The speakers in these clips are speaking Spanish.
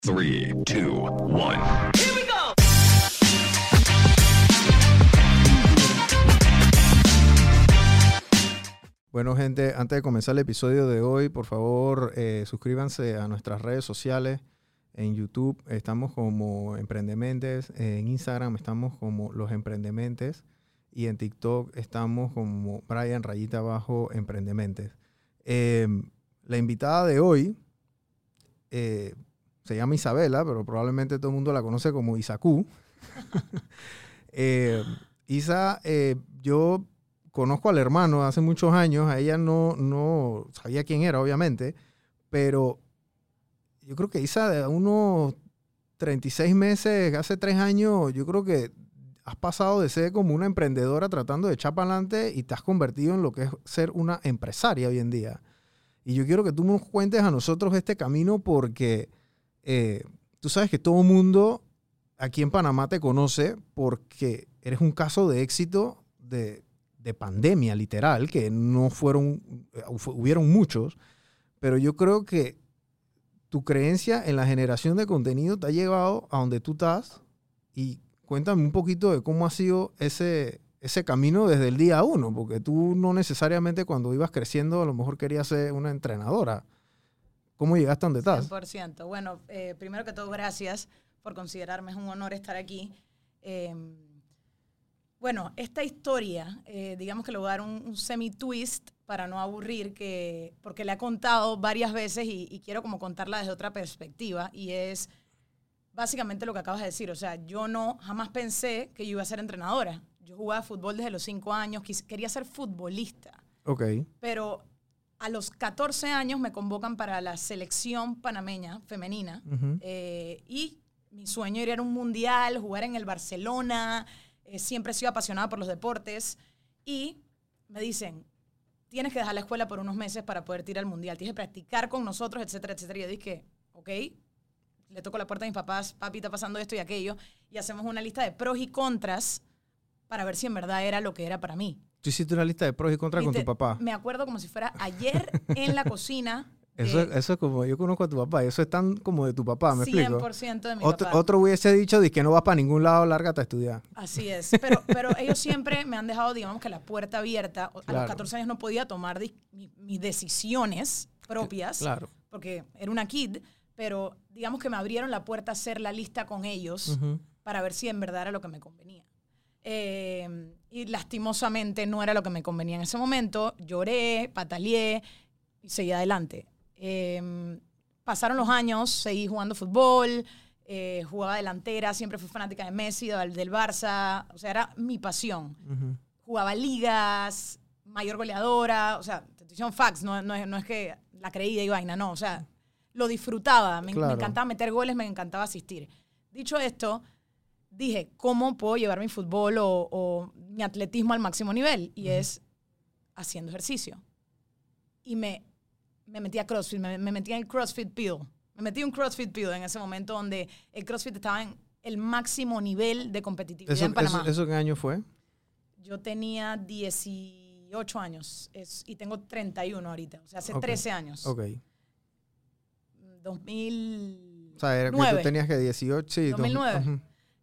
3, 2, 1. Here we go. Bueno, gente, antes de comenzar el episodio de hoy, por favor, suscríbanse a nuestras redes sociales. En YouTube estamos como Emprendementes, en Instagram estamos como Los Emprendementes y en TikTok estamos como Brian_Emprendementes. La invitada de hoy se llama Isabela, pero probablemente todo el mundo la conoce como Isacú. Isa, yo conozco al hermano hace muchos años, a ella no sabía quién era, obviamente, pero yo creo que Isa, de unos 36 meses, hace 3 años, yo creo que has pasado de ser como una emprendedora tratando de echar para adelante y te has convertido en lo que es ser una empresaria hoy en día. Y yo quiero que tú nos cuentes a nosotros este camino porque tú sabes que todo el mundo aquí en Panamá te conoce porque eres un caso de éxito de pandemia, literal, que no hubieron muchos, pero yo creo que tu creencia en la generación de contenido te ha llevado a donde tú estás. Y cuéntame un poquito de cómo ha sido ese camino desde el día 1, porque tú no necesariamente cuando ibas creciendo a lo mejor querías ser una entrenadora. ¿Cómo llegaste a donde estás? 100%. Bueno, primero que todo, gracias por considerarme. Es un honor estar aquí. Bueno, esta historia, digamos que le voy a dar un semi-twist para no aburrir, porque la he contado varias veces y quiero como contarla desde otra perspectiva, y es básicamente lo que acabas de decir. O sea, yo jamás pensé que yo iba a ser entrenadora. Yo jugaba fútbol desde los 5 años, quería ser futbolista. Ok. Pero a los 14 años me convocan para la selección panameña femenina, y mi sueño era ir a un mundial, jugar en el Barcelona. Siempre he sido apasionada por los deportes y me dicen, tienes que dejar la escuela por unos meses para poder ir al mundial, tienes que practicar con nosotros, etcétera, etcétera. Y yo dije, ok, le toco la puerta a mis papás, papi, está pasando esto y aquello, y hacemos una lista de pros y contras para ver si en verdad era lo que era para mí. ¿Tú hiciste una lista de pros y contras con tu papá? Me acuerdo como si fuera ayer en la cocina. Eso es como, yo conozco a tu papá, eso es tan como de tu papá, ¿me explico? 100% de mi papá. Otro hubiese dicho, que no vas para ningún lado, lárgate a estudiar. Así es, pero ellos siempre me han dejado, digamos, que la puerta abierta. A los 14 años no podía tomar mis decisiones propias, porque era una kid, pero digamos que me abrieron la puerta a hacer la lista con ellos para ver si en verdad era lo que me convenía. Y lastimosamente no era lo que me convenía en ese momento. Lloré, pataleé y seguí adelante. Pasaron los años, seguí jugando fútbol, jugaba delantera, siempre fui fanática de Messi, del Barça, o sea, era mi pasión. Jugaba ligas, mayor goleadora, o sea, te estoy diciendo facts, no es que la creía y vaina, no, o sea, lo disfrutaba, me encantaba meter goles, me encantaba asistir. Dicho esto, dije, ¿cómo puedo llevar mi fútbol o mi atletismo al máximo nivel? Y es haciendo ejercicio. Y me metí a CrossFit, me metí en el CrossFit Peel. Me metí en un CrossFit Peel en ese momento donde el CrossFit estaba en el máximo nivel de competitividad en Panamá. ¿Eso qué año fue? Yo tenía 18 años y tengo 31 ahorita, o sea, hace 13 años. Ok. 2009. O sea, era que tú tenías que 18, sí. 2009.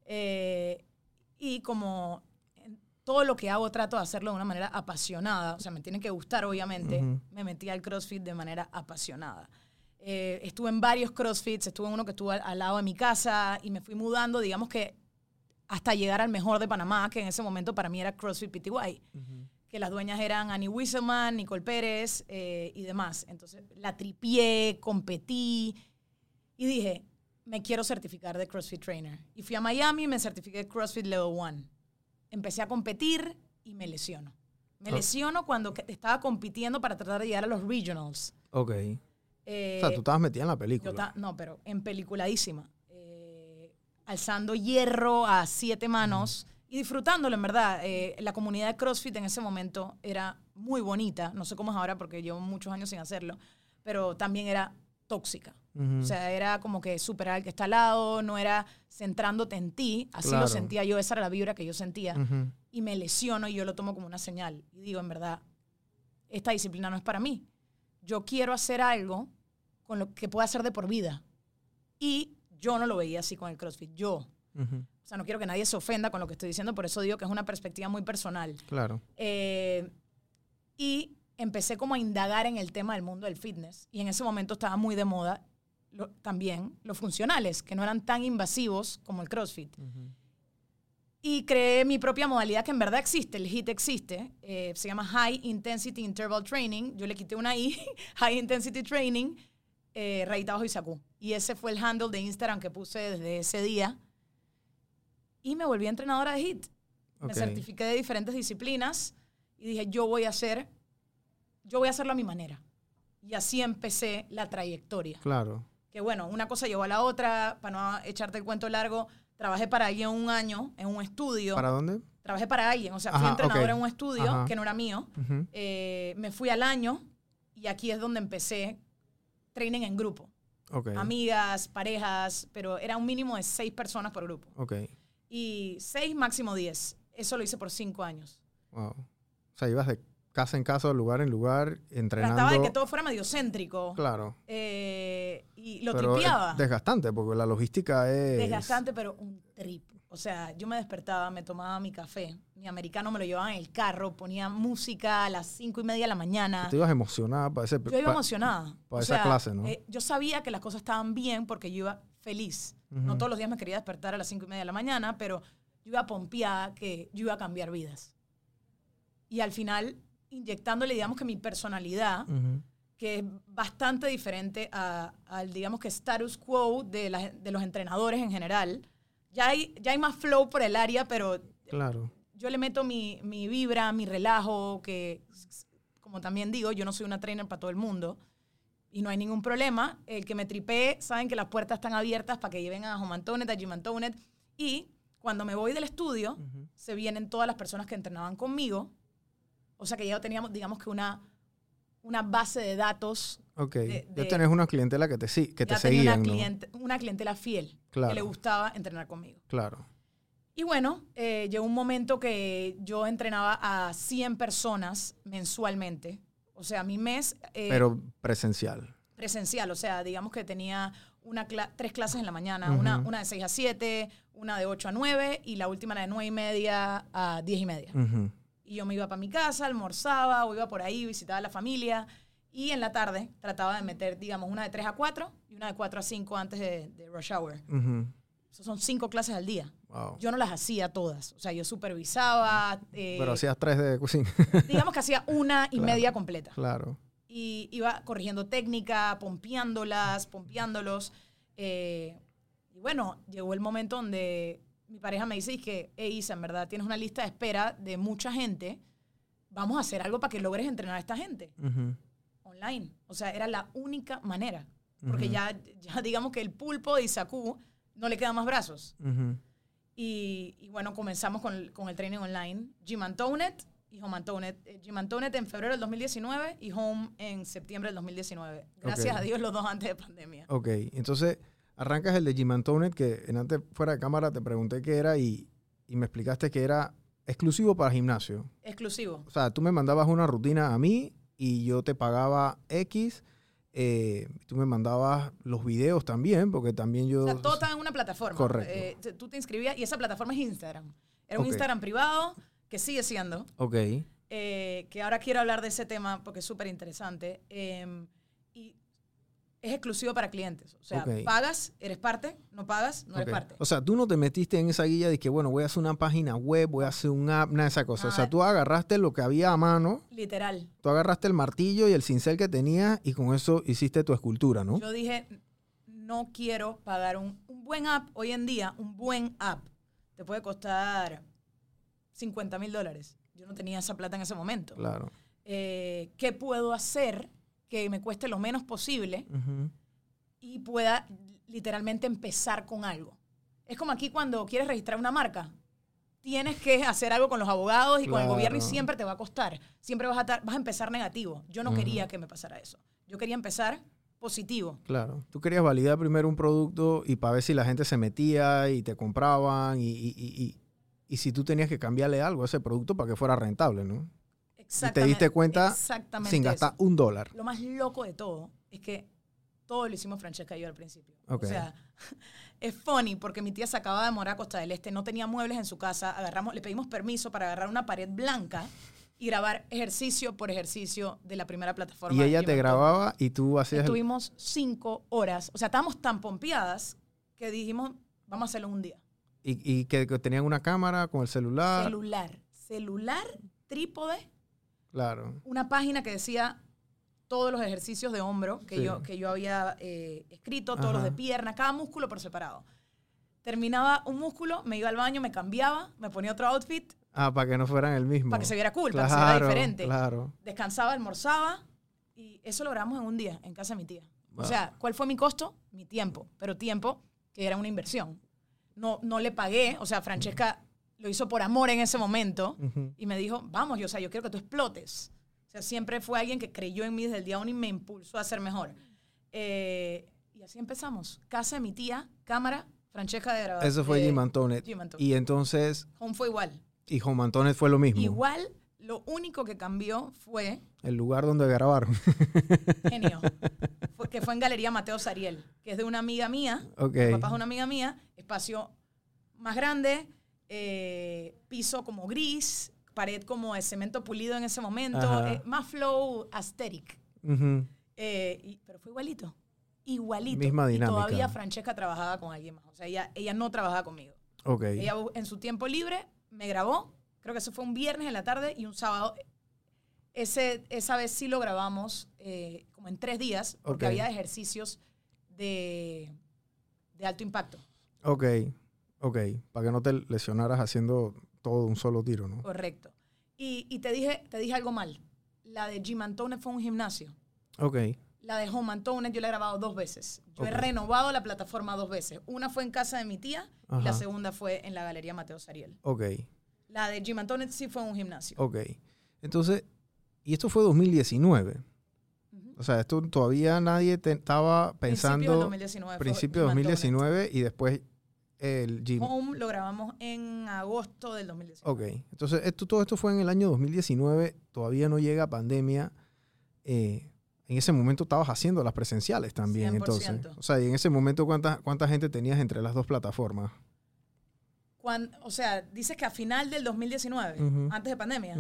Y como todo lo que hago trato de hacerlo de una manera apasionada, o sea, me tiene que gustar, obviamente, me metí al CrossFit de manera apasionada. Estuve en varios CrossFits, estuve en uno que estuvo al lado de mi casa y me fui mudando, digamos que hasta llegar al mejor de Panamá, que en ese momento para mí era CrossFit PTY, que las dueñas eran Annie Wisselman, Nicole Pérez y demás. Entonces la tripié, competí y dije, me quiero certificar de CrossFit Trainer. Y fui a Miami y me certifiqué de CrossFit Level 1. Empecé a competir y me lesiono. Me lesiono cuando estaba compitiendo para tratar de llegar a los regionals. Ok. O sea, tú estabas metida en la película. No, pero en peliculadísima. Alzando hierro a 7 manos y disfrutándolo, en verdad. La comunidad de CrossFit en ese momento era muy bonita. No sé cómo es ahora porque llevo muchos años sin hacerlo. Pero también era tóxica. O sea, era como que superar al que está al lado, no era centrándote en ti. Así lo sentía yo, esa era la vibra que yo sentía. Y me lesiono y yo lo tomo como una señal. Y digo, en verdad, esta disciplina no es para mí. Yo quiero hacer algo con lo que pueda hacer de por vida. Y yo no lo veía así con el CrossFit. Yo. Uh-huh. O sea, no quiero que nadie se ofenda con lo que estoy diciendo, por eso digo que es una perspectiva muy personal. Claro. Y empecé como a indagar en el tema del mundo del fitness. Y en ese momento estaba muy de moda también los funcionales, que no eran tan invasivos como el CrossFit. Uh-huh. Y creé mi propia modalidad que en verdad existe, el HIIT existe. Se llama High Intensity Interval Training. Yo le quité una I, High Intensity Training, rayita abajo Isakú. Y ese fue el handle de Instagram que puse desde ese día. Y me volví entrenadora de HIIT. Okay. Me certifiqué de diferentes disciplinas y dije, yo voy a hacerlo a mi manera. Y así empecé la trayectoria. Claro. Que bueno, una cosa llevó a la otra, para no echarte el cuento largo. Trabajé para alguien un año en un estudio. ¿Para dónde? Trabajé para alguien, o sea, fui entrenadora en un estudio que no era mío. Uh-huh. Me fui al año y aquí es donde empecé training en grupo. Okay. Amigas, parejas, pero era un mínimo de 6 personas por grupo. Okay. Y 6, máximo 10. Eso lo hice por 5 años. Wow. O sea, ibas de casa en casa, lugar en lugar, entrenando. Trataba de que todo fuera medio céntrico. Claro. Y lo pero tripeaba. Es desgastante, porque la logística es... Desgastante, pero un trip. O sea, yo me despertaba, me tomaba mi café. Mi americano me lo llevaba en el carro, ponía música a las 5:30 de la mañana. ¿Te ibas emocionada para ese... Yo iba emocionada. Para esa clase, ¿no? Yo sabía que las cosas estaban bien porque yo iba feliz. Uh-huh. No todos los días me quería despertar a las 5:30 de la mañana, pero yo iba pompeada que yo iba a cambiar vidas. Y al final, inyectándole, digamos que mi personalidad, uh-huh, que es bastante diferente al, digamos que status quo de los entrenadores en general. Ya hay más flow por el área, pero claro, yo le meto mi vibra, mi relajo, que como también digo, yo no soy una trainer para todo el mundo y no hay ningún problema. El que me tripee, saben que las puertas están abiertas para que lleven a Home Antoinette, a Gym Antoinette. Y cuando me voy del estudio, uh-huh, se vienen todas las personas que entrenaban conmigo. O sea que ya teníamos, digamos que una base de datos. Ok, ya tenés una clientela que te seguían, una clientela fiel, claro, que le gustaba entrenar conmigo. Claro. Y bueno, llegó un momento que yo entrenaba a 100 personas mensualmente. O sea, mi mes... pero presencial. Presencial, o sea, digamos que tenía 3 clases en la mañana. Uh-huh. Una de 6 a 7, una de 8 a 9 y la última de 9:30 a 10:30. Uh-huh. Y yo me iba para mi casa, almorzaba o iba por ahí, visitaba a la familia. Y en la tarde trataba de meter, digamos, una de 3 a 4 y una de 4 a 5 antes de rush hour. Uh-huh. Eso son 5 clases al día. Wow. Yo no las hacía todas. O sea, yo supervisaba. Pero hacías 3 de cocina. Digamos que hacía una y media completa. Claro. Y iba corrigiendo técnica, pompeándolos. Y bueno, llegó el momento donde mi pareja me dice que, Isa, en verdad tienes una lista de espera de mucha gente. Vamos a hacer algo para que logres entrenar a esta gente. Uh-huh. Online. O sea, era la única manera. Porque uh-huh, ya digamos que el pulpo de Isakú no le quedan más brazos. Uh-huh. Y bueno, comenzamos con el training online. Gym Antoinette y Home Antoinette. Gym Antoinette en febrero del 2019 y Home en septiembre del 2019. Gracias a Dios, los 2 antes de pandemia. Ok, entonces arrancas el de Gym Antoinette, que antes fuera de cámara te pregunté qué era y me explicaste que era exclusivo para gimnasio. Exclusivo. O sea, tú me mandabas una rutina a mí y yo te pagaba X. Tú me mandabas los videos también, porque también yo... O sea, todo estaba en una plataforma. Correcto. Tú te inscribías y esa plataforma es Instagram. Era un Instagram privado que sigue siendo. Ok. Que ahora quiero hablar de ese tema porque es súper interesante. Y es exclusivo para clientes. O sea, pagas, eres parte, no pagas, no eres parte. O sea, tú no te metiste en esa guía de que, bueno, voy a hacer una página web, voy a hacer un app, nada de esa cosa. O sea, tú agarraste lo que había a mano. Literal. Tú agarraste el martillo y el cincel que tenías y con eso hiciste tu escultura, ¿no? Yo dije, no quiero pagar un buen app. Hoy en día, un buen app te puede costar $50,000. Yo no tenía esa plata en ese momento. Claro. ¿Qué puedo hacer que me cueste lo menos posible uh-huh, y pueda literalmente empezar con algo? Es como aquí cuando quieres registrar una marca. Tienes que hacer algo con los abogados y con el gobierno y siempre te va a costar. Siempre vas a empezar negativo. Yo no quería que me pasara eso. Yo quería empezar positivo. Claro. Tú querías validar primero un producto y para ver si la gente se metía y te compraban y si tú tenías que cambiarle algo a ese producto para que fuera rentable, ¿no? Y te diste cuenta sin gastar $1. Lo más loco de todo es que todo lo hicimos Francesca y yo al principio. Okay. O sea, es funny porque mi tía se acababa de mudar a Costa del Este, no tenía muebles en su casa, le pedimos permiso para agarrar una pared blanca y grabar ejercicio por ejercicio de la primera plataforma. Y ella te grababa y tú hacías... Estuvimos 5 horas. O sea, estábamos tan pompeadas que dijimos, vamos a hacerlo en un día. ¿Y que tenían una cámara con el celular? Celular, trípode. Claro. Una página que decía todos los ejercicios de hombro que yo había escrito, todos los de pierna, cada músculo por separado. Terminaba un músculo, me iba al baño, me cambiaba, me ponía otro outfit. Para que no fueran el mismo. Para que se viera cool, claro, para que se viera diferente. Claro. Descansaba, almorzaba y eso lo grabamos en un día, en casa de mi tía. Wow. O sea, ¿cuál fue mi costo? Mi tiempo, pero tiempo que era una inversión. No le pagué, o sea, Francesca lo hizo por amor en ese momento y me dijo, vamos, yo quiero que tú explotes. O sea, siempre fue alguien que creyó en mí desde el día uno y me impulsó a ser mejor. Y así empezamos. Casa de mi tía, cámara, Francesca de grabación. Eso fue Jim Antonet. Y entonces... Home fue igual. Y Home Antonet fue lo mismo. Igual, lo único que cambió fue... el lugar donde grabaron. Genio. Que fue en Galería Mateo Sariel, que es de una amiga mía. Okay. Mi papá es una amiga mía. Espacio más grande, piso como gris, pared como de cemento pulido en ese momento. Más flow aesthetic. Pero fue igualito. Igualito. Misma dinámica. Y todavía Francesca trabajaba con alguien más. O sea, ella no trabajaba conmigo. Okay. Ella en su tiempo libre me grabó. Creo que eso fue un viernes en la tarde y un sábado. Esa vez sí lo grabamos como en 3 días, porque había ejercicios de alto impacto. Ok. Para que no te lesionaras haciendo todo de un solo tiro, ¿no? Correcto. Y te dije algo mal. La de Jim Antonet fue un gimnasio. Ok. La de Home Antonet yo la he grabado 2 veces. Yo he renovado la plataforma 2 veces. Una fue en casa de mi tía y la segunda fue en la Galería Mateo Sariel. Ok. La de Jim Antonet sí fue un gimnasio. Ok. Entonces, y esto fue 2019. O sea, esto todavía nadie estaba pensando... Principio de 2019 y después el Jim... Home lo grabamos en agosto del 2019. Ok. Entonces, todo esto fue en el año 2019. Todavía no llega pandemia. En ese momento estabas haciendo las presenciales también. 100%. Entonces. O sea, y en ese momento, ¿cuánta gente tenías entre las 2 plataformas? O sea, dices que a final del 2019, antes de pandemia,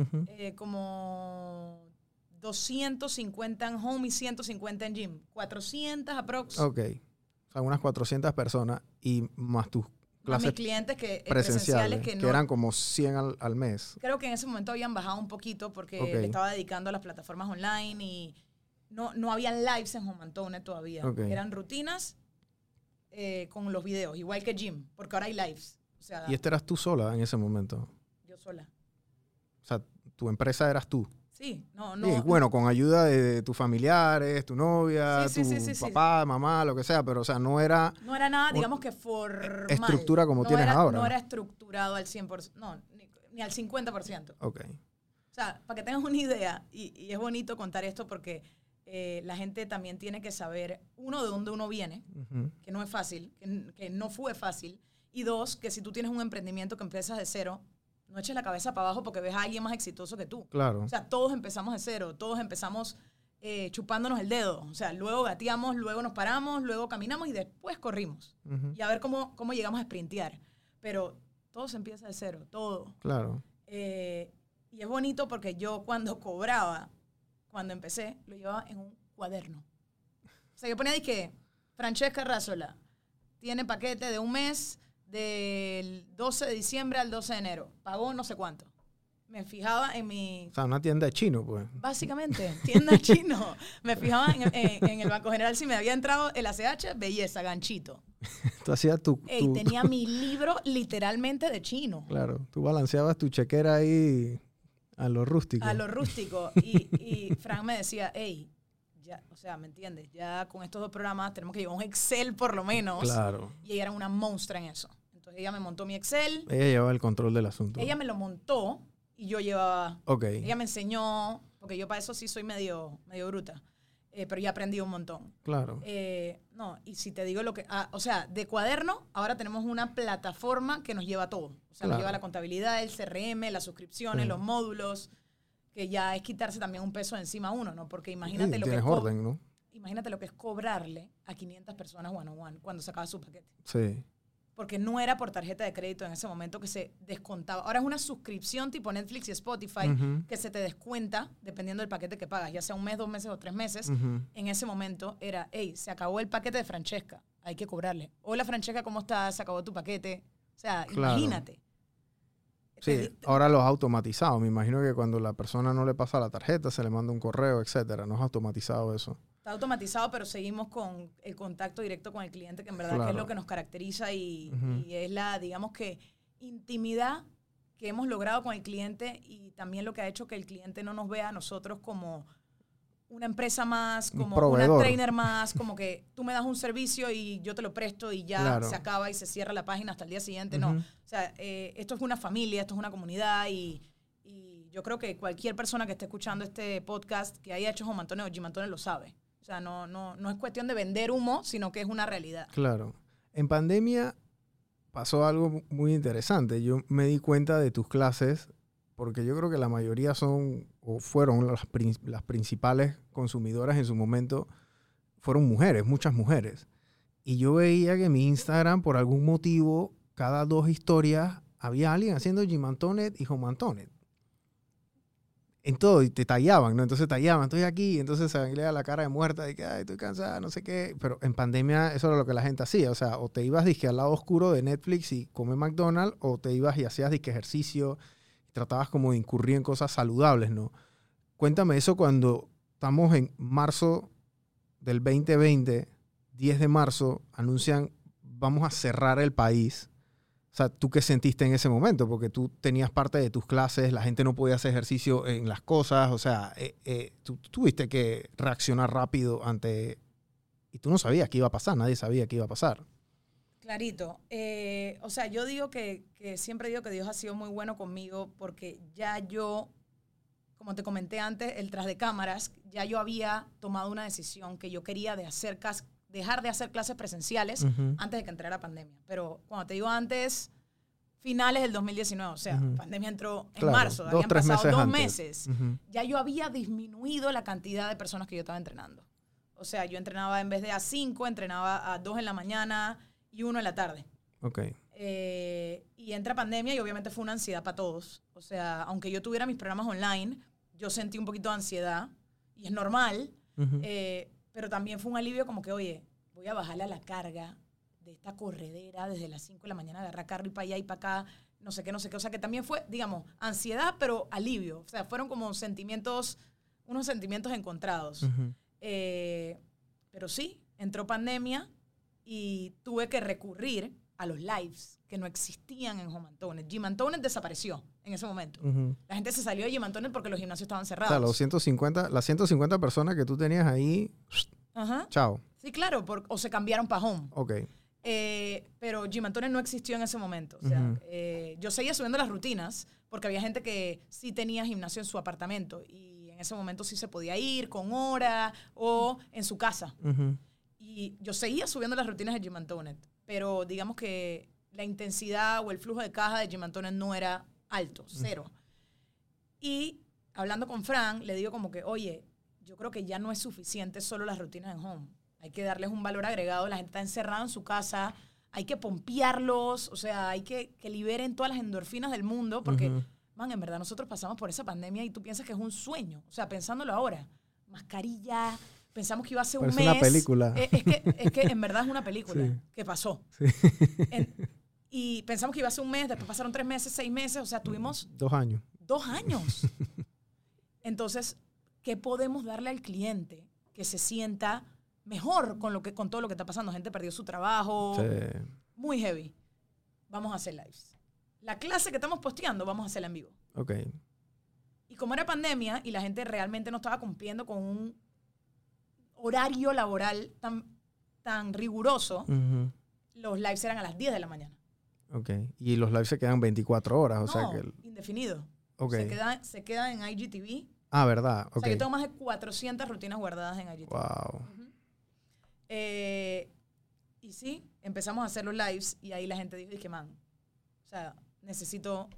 como 250 en Home y 150 en Gym. 400 aprox. Ok. O sea, unas 400 personas y más tus clases mis clientes presenciales que eran como 100 al mes. Creo que en ese momento habían bajado un poquito porque le estaba dedicando a las plataformas online y no habían lives en Home Antonet todavía. Eran rutinas con los videos, igual que Gym, porque ahora hay lives. O sea, ¿y eras tú sola en ese momento? Yo sola. O sea, tu empresa eras tú. Sí, y bueno, con ayuda de tus familiares, tu novia, tu papá, mamá, lo que sea, pero o sea, no era nada, digamos que formal. Estructura como tienes ahora. No era estructurado al 100%, no, ni al 50%. Ok. O sea, para que tengas una idea, y es bonito contar esto porque la gente también tiene que saber, 1, de dónde uno viene, que no es fácil, que no fue fácil, y 2, que si tú tienes un emprendimiento que empiezas de cero, no eches la cabeza para abajo porque ves a alguien más exitoso que tú. Claro. O sea, todos empezamos de cero, todos empezamos chupándonos el dedo. O sea, luego gateamos, luego nos paramos, luego caminamos y después corrimos. Y a ver cómo llegamos a sprintear. Pero todo se empieza de cero, todo. Claro. Y es bonito porque yo cuando cobraba, cuando empecé, lo llevaba en un cuaderno. O sea, yo ponía, dije, Francesca Razola tiene paquete de un mes del 12 de diciembre al 12 de enero. Pagó no sé cuánto. Me fijaba en mi... O sea, una tienda de chino, pues. Básicamente, tienda de chino. Me fijaba en el Banco General si me había entrado el ACH, belleza, ganchito. Tú hacías tenía mi libro literalmente de chino. Claro, tú balanceabas tu chequera ahí a lo rústico. A lo rústico. Y Frank me decía, ya, o sea, ¿me entiendes? Ya con estos 2 programas tenemos que llevar un Excel por lo menos. Claro. Y ella era una monstrua en eso. Entonces ella me montó mi Excel. Ella llevaba el control del asunto. Ella me lo montó y yo llevaba... Ok. Ella me enseñó, porque yo para eso sí soy medio bruta. Pero ya aprendí un montón. Claro. No, y si te digo lo que... o sea, de cuaderno, ahora tenemos una plataforma que nos lleva todo. O sea, nos lleva la contabilidad, el CRM, las suscripciones, los módulos, que ya es quitarse también un peso de encima uno, ¿no? Porque imagínate lo que... Tienes orden, ¿no? imagínate lo que es cobrarle a 500 personas one-on-one cuando se acaba su paquete. Sí. Porque no era por tarjeta de crédito en ese momento que se descontaba. Ahora es una suscripción tipo Netflix y Spotify que se te descuenta dependiendo del paquete que pagas, ya sea un mes, 2 meses o 3 meses. En ese momento era, hey, se acabó el paquete de Francesca, hay que cobrarle. Hola Francesca, ¿cómo estás? Se acabó tu paquete. O sea, claro. Imagínate. Sí, ahora los automatizados. Me imagino que cuando la persona no le pasa la tarjeta, se le manda un correo, etcétera. No es automatizado eso. Está automatizado, pero seguimos con el contacto directo con el cliente, que en verdad que es lo que nos caracteriza y es la, digamos que, intimidad que hemos logrado con el cliente y también lo que ha hecho que el cliente no nos vea a nosotros como una empresa más, como una trainer más, como que tú me das un servicio y yo te lo presto y ya se acaba y se cierra la página hasta el día siguiente. No, o sea, esto es una familia, esto es una comunidad y yo creo que cualquier persona que esté escuchando este podcast que haya hecho Home Antonio o Gym Antonio lo sabe. O sea, no es cuestión de vender humo, sino que es una realidad. Claro. En pandemia pasó algo muy interesante. Yo me di cuenta de tus clases, porque yo creo que la mayoría son o fueron las principales consumidoras en su momento, fueron mujeres, muchas mujeres. Y yo veía que en mi Instagram, por algún motivo, cada 2 historias había alguien haciendo Gym Antoinette y Home Antoinette. En todo, y te tallaban, ¿no? Entonces tallaban, estoy aquí, entonces se veía la cara de muerta, de que, ay, estoy cansada, no sé qué. Pero en pandemia eso era lo que la gente hacía. O sea, o te ibas, dizque, al lado oscuro de Netflix y comer McDonald's, o te ibas y hacías, dizque, ejercicio, y tratabas como de incurrir en cosas saludables, ¿no? Cuéntame eso cuando estamos en marzo del 2020, 10 de marzo, anuncian, vamos a cerrar el país. O sea, ¿tú qué sentiste en ese momento? Porque tú tenías parte de tus clases, la gente no podía hacer ejercicio en las cosas, o sea, tú tuviste que reaccionar rápido ante... Y tú no sabías qué iba a pasar, nadie sabía qué iba a pasar. Clarito. O sea, yo digo que siempre digo que Dios ha sido muy bueno conmigo porque ya yo, como te comenté antes, el tras de cámaras, ya yo había tomado una decisión que yo quería dejar de hacer clases presenciales antes de que entrara la pandemia. Pero cuando te digo antes, finales del 2019, o sea, pandemia entró en marzo, habían pasado 2 meses. Ya yo había disminuido la cantidad de personas que yo estaba entrenando. O sea, yo entrenaba en vez de a 5, entrenaba a 2 en la mañana y 1 en la tarde. Okay. Y entra pandemia y obviamente fue una ansiedad para todos. O sea, aunque yo tuviera mis programas online, yo sentí un poquito de ansiedad y es normal. Pero también fue un alivio como que, oye, voy a bajarle a la carga de esta corredera desde las 5 de la mañana, agarrar carro y para allá y para acá, no sé qué. O sea, que también fue, digamos, ansiedad, pero alivio. O sea, fueron como unos sentimientos encontrados. Pero sí, entró pandemia y tuve que recurrir a los lives que no existían en Home Antoinette. Gym Antoinette desapareció en ese momento. La gente se salió de Gym Antoinette porque los gimnasios estaban cerrados. O sea, las 150 personas que tú tenías ahí, chao. Sí, claro, o se cambiaron para Home. Ok. Pero Gym Antoinette no existió en ese momento. O sea, yo seguía subiendo las rutinas porque había gente que sí tenía gimnasio en su apartamento y en ese momento sí se podía ir con hora o en su casa. Y yo seguía subiendo las rutinas de Gym Antoinette, pero digamos que la intensidad o el flujo de caja de Gym Antoinette no era alto, 0. Y hablando con Fran, le digo como que, oye, yo creo que ya no es suficiente solo las rutinas en Home. Hay que darles un valor agregado. La gente está encerrada en su casa. Hay que pompearlos. O sea, hay que liberen todas las endorfinas del mundo. Porque, man, en verdad nosotros pasamos por esa pandemia y tú piensas que es un sueño. O sea, pensándolo ahora. Mascarilla. Pensamos que iba a ser un mes. Es una película. Es que en verdad es una película que pasó. Sí. Y pensamos que iba a ser un mes. Después pasaron 3 meses, 6 meses. O sea, tuvimos... 2 años. 2 años. Entonces, ¿qué podemos darle al cliente que se sienta mejor con todo lo que está pasando? Gente perdió su trabajo. Sí. Muy heavy. Vamos a hacer lives. La clase que estamos posteando, vamos a hacerla en vivo. Ok. Y como era pandemia y la gente realmente no estaba cumpliendo con un horario laboral tan riguroso, los lives eran a las 10 de la mañana. Ok. Y los lives se quedan 24 horas. O sea que indefinido. Okay. Se queda en IGTV. Ah, ¿verdad? Okay. O sea, yo tengo más de 400 rutinas guardadas en IGTV. Wow. Y sí, empezamos a hacer los lives y ahí la gente dijo, dije, man, o sea, necesito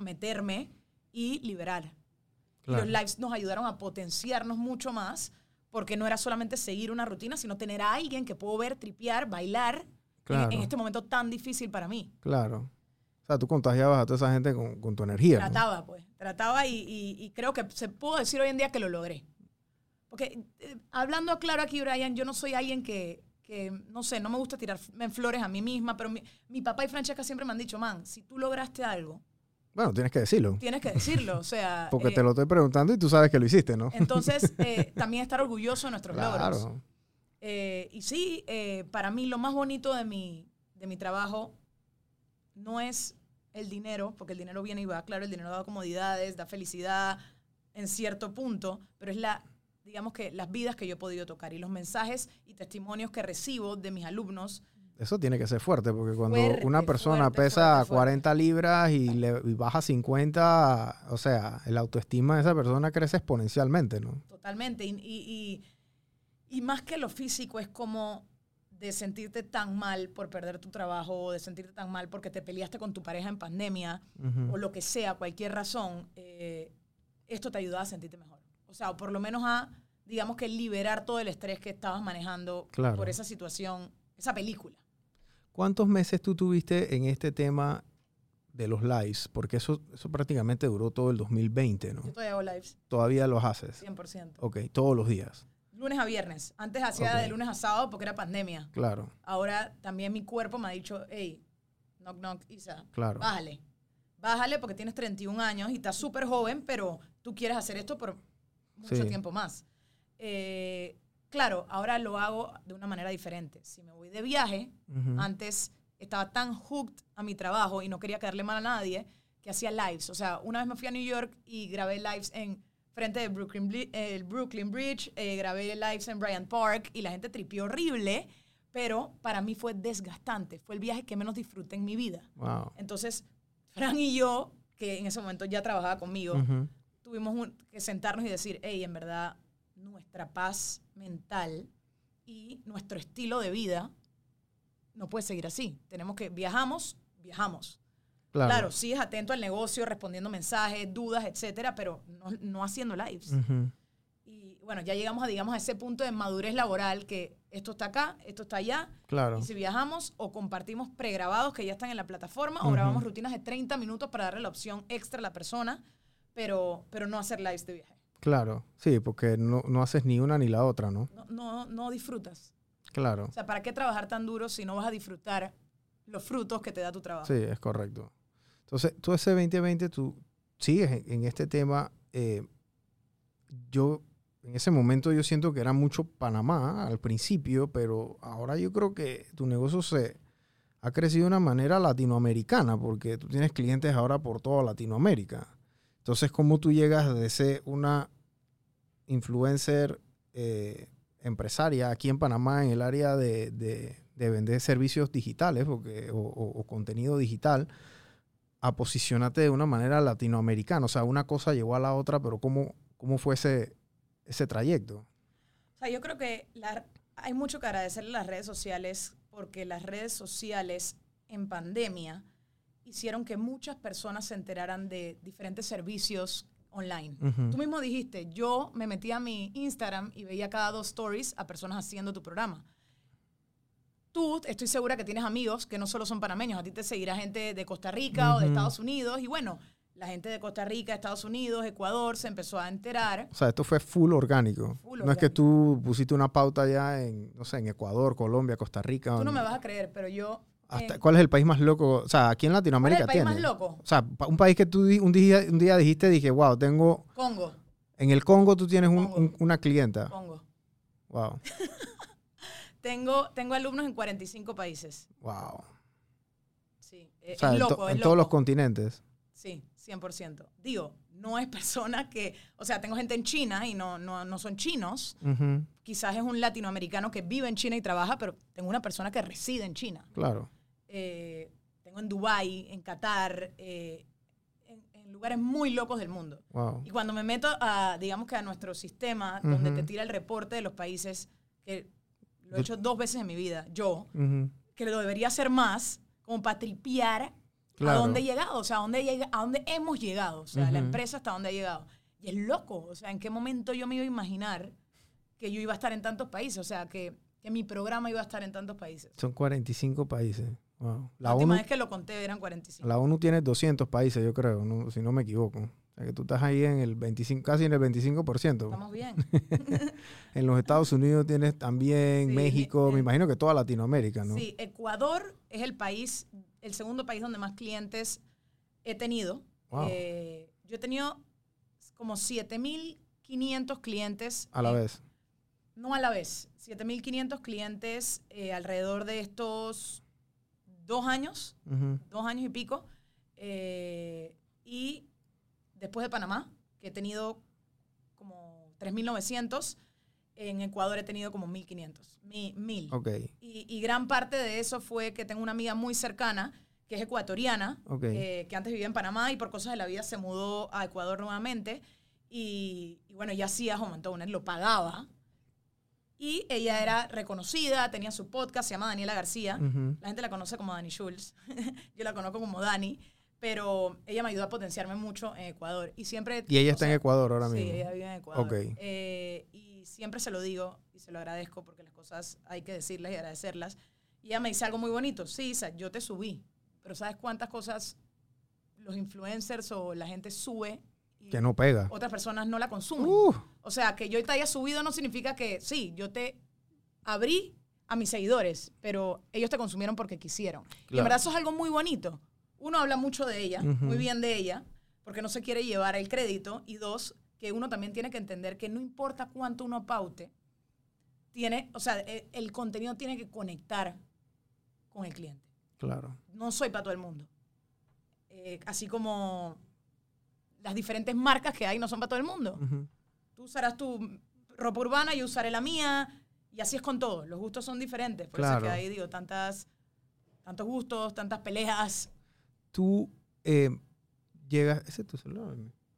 meterme y liberar. Claro. Y los lives nos ayudaron a potenciarnos mucho más porque no era solamente seguir una rutina, sino tener a alguien que puedo ver, tripear, bailar en este momento tan difícil para mí. Claro. O sea, tú contagiabas a toda esa gente con tu energía. Trataba y creo que se puedo decir hoy en día que lo logré. Porque hablando claro aquí, Brian, yo no soy alguien que no sé, no me gusta tirarme flores a mí misma, pero mi papá y Francesca siempre me han dicho, man, si tú lograste algo, bueno, tienes que decirlo. Tienes que decirlo, o sea... Porque te lo estoy preguntando y tú sabes que lo hiciste, ¿no? Entonces, también estar orgulloso de nuestros logros. Y sí, para mí lo más bonito de mi trabajo no es el dinero, porque el dinero viene y va. Claro, el dinero da comodidades, da felicidad en cierto punto, pero es digamos que las vidas que yo he podido tocar y los mensajes y testimonios que recibo de mis alumnos. Eso tiene que ser fuerte, porque cuando una persona pesa 40 libras y baja 50, o sea, la autoestima de esa persona crece exponencialmente, ¿no? Totalmente. Y más que lo físico, es como de sentirte tan mal por perder tu trabajo, o de sentirte tan mal porque te peleaste con tu pareja en pandemia, o lo que sea, cualquier razón, esto te ayuda a sentirte mejor. O sea, o por lo menos digamos que liberar todo el estrés que estabas manejando por esa situación, esa película. ¿Cuántos meses tú tuviste en este tema de los lives? Porque eso prácticamente duró todo el 2020, ¿no? Yo todavía hago lives. ¿Todavía los haces? 100%. Ok, todos los días. Lunes a viernes. Antes hacía de lunes a sábado porque era pandemia. Claro. Ahora también mi cuerpo me ha dicho, hey, knock knock, Isa, claro. Bájale porque tienes 31 años y estás súper joven, pero tú quieres hacer esto por mucho tiempo más. Claro, ahora lo hago de una manera diferente. Si me voy de viaje, antes estaba tan hooked a mi trabajo y no quería quedarle mal a nadie que hacía lives. O sea, una vez me fui a New York y grabé lives en frente del Brooklyn Bridge, grabé lives en Bryant Park y la gente tripió horrible, pero para mí fue desgastante. Fue el viaje que menos disfruté en mi vida. Wow. Entonces, Fran y yo, que en ese momento ya trabajaba conmigo, tuvimos que sentarnos y decir, hey, en verdad, nuestra paz mental y nuestro estilo de vida no puede seguir así. Tenemos que, viajamos. Claro, sigues atento al negocio, respondiendo mensajes, dudas, etcétera, pero no haciendo lives. Y bueno, ya llegamos a ese punto de madurez laboral que esto está acá, esto está allá. Claro. Y si viajamos o compartimos pregrabados que ya están en la plataforma o grabamos rutinas de 30 minutos para darle la opción extra a la persona, pero no hacer lives de viaje. Claro, sí, porque no haces ni una ni la otra, ¿no? No disfrutas. Claro. O sea, ¿para qué trabajar tan duro si no vas a disfrutar los frutos que te da tu trabajo? Sí, es correcto. Entonces, tú ese 2020, tú sigues en este tema. En ese momento yo siento que era mucho Panamá al principio, pero ahora yo creo que tu negocio ha crecido de una manera latinoamericana, porque tú tienes clientes ahora por toda Latinoamérica. Entonces, ¿cómo tú llegas de ser una influencer empresaria aquí en Panamá en el área de vender servicios digitales o contenido digital a posicionarte de una manera latinoamericana? O sea, una cosa llevó a la otra, pero ¿cómo fue ese trayecto? O sea, yo creo que hay mucho que agradecerle a las redes sociales, porque las redes sociales en pandemia hicieron que muchas personas se enteraran de diferentes servicios online. Tú mismo dijiste, yo me metí a mi Instagram y veía cada 2 stories a personas haciendo tu programa. Tú, estoy segura que tienes amigos que no solo son panameños, a ti te seguirá gente de Costa Rica o de Estados Unidos, y bueno, la gente de Costa Rica, Estados Unidos, Ecuador se empezó a enterar. O sea, esto fue full orgánico. No es que tú pusiste una pauta ya en Ecuador, Colombia, Costa Rica. Tú no me vas a creer, pero yo... ¿Cuál es el país más loco? O sea, aquí en Latinoamérica tiene. ¿Cuál es el país más loco? O sea, un país que tú un día dije, wow, tengo... Congo. En el Congo tú tienes una clienta. Congo. Wow. Tengo alumnos en 45 países. Wow. Sí, o sea, es loco. En todos los continentes. Sí, 100%. Digo, no es persona que... O sea, tengo gente en China y no son chinos. Quizás es un latinoamericano que vive en China y trabaja, pero tengo una persona que reside en China. Claro. Tengo en Dubái, en Qatar, en lugares muy locos del mundo. Wow. Y cuando me meto a nuestro sistema, donde te tira el reporte de los países, que lo he hecho 2 veces en mi vida, que lo debería hacer más, como para tripear a dónde he llegado, o sea, a dónde hemos llegado, o sea, la empresa hasta dónde ha llegado. Y es loco, o sea, ¿en qué momento yo me iba a imaginar que yo iba a estar en tantos países, o sea, que mi programa iba a estar en tantos países. Son 45 países. Wow. La última vez que lo conté eran 45. La ONU tiene 200 países, yo creo, ¿no? Si no me equivoco. O sea, que tú estás ahí en el 25, casi en el 25%. Estamos bien. En los Estados Unidos tienes también sí, México, me imagino que toda Latinoamérica, ¿no? Sí, Ecuador es el segundo país donde más clientes he tenido. Wow. Yo he tenido como 7.500 clientes. ¿A la vez? No a la vez. 7.500 clientes alrededor de estos 2 años, 2 años y pico. Y después de Panamá, que he tenido como 3.900, en Ecuador he tenido como 1.500. 1.000. Okay. Y gran parte de eso fue que tengo una amiga muy cercana, que es ecuatoriana, que antes vivía en Panamá y por cosas de la vida se mudó a Ecuador nuevamente. Y bueno, ella hacía Home and Toner, lo pagaba. Y ella era reconocida, tenía su podcast, se llama Daniela García. La gente la conoce como Dani Schultz. Yo la conozco como Dani. Pero ella me ayudó a potenciarme mucho en Ecuador. Y ella está en Ecuador ahora mismo. Sí, ella vive en Ecuador. Okay. Y siempre se lo digo y se lo agradezco porque las cosas hay que decirlas y agradecerlas. Y ella me dice algo muy bonito. Sí, Isa, yo te subí. Pero ¿sabes cuántas cosas los influencers o la gente sube? Que no pega. Otras personas no la consumen. O sea, que yo te haya subido no significa que, sí, yo te abrí a mis seguidores, pero ellos te consumieron porque quisieron. Claro. Y en verdad eso es algo muy bonito. Uno habla mucho de ella, muy bien de ella, porque no se quiere llevar el crédito. Y 2, que uno también tiene que entender que no importa cuánto uno paute, el contenido tiene que conectar con el cliente. Claro. No soy para todo el mundo. Así como las diferentes marcas que hay no son para todo el mundo. Tú usarás tu ropa urbana, yo usaré la mía, y así es con todo. Los gustos son diferentes. Por eso es que ahí digo, tantos gustos, tantas peleas. Tú llegas... ¿Ese es tu celular?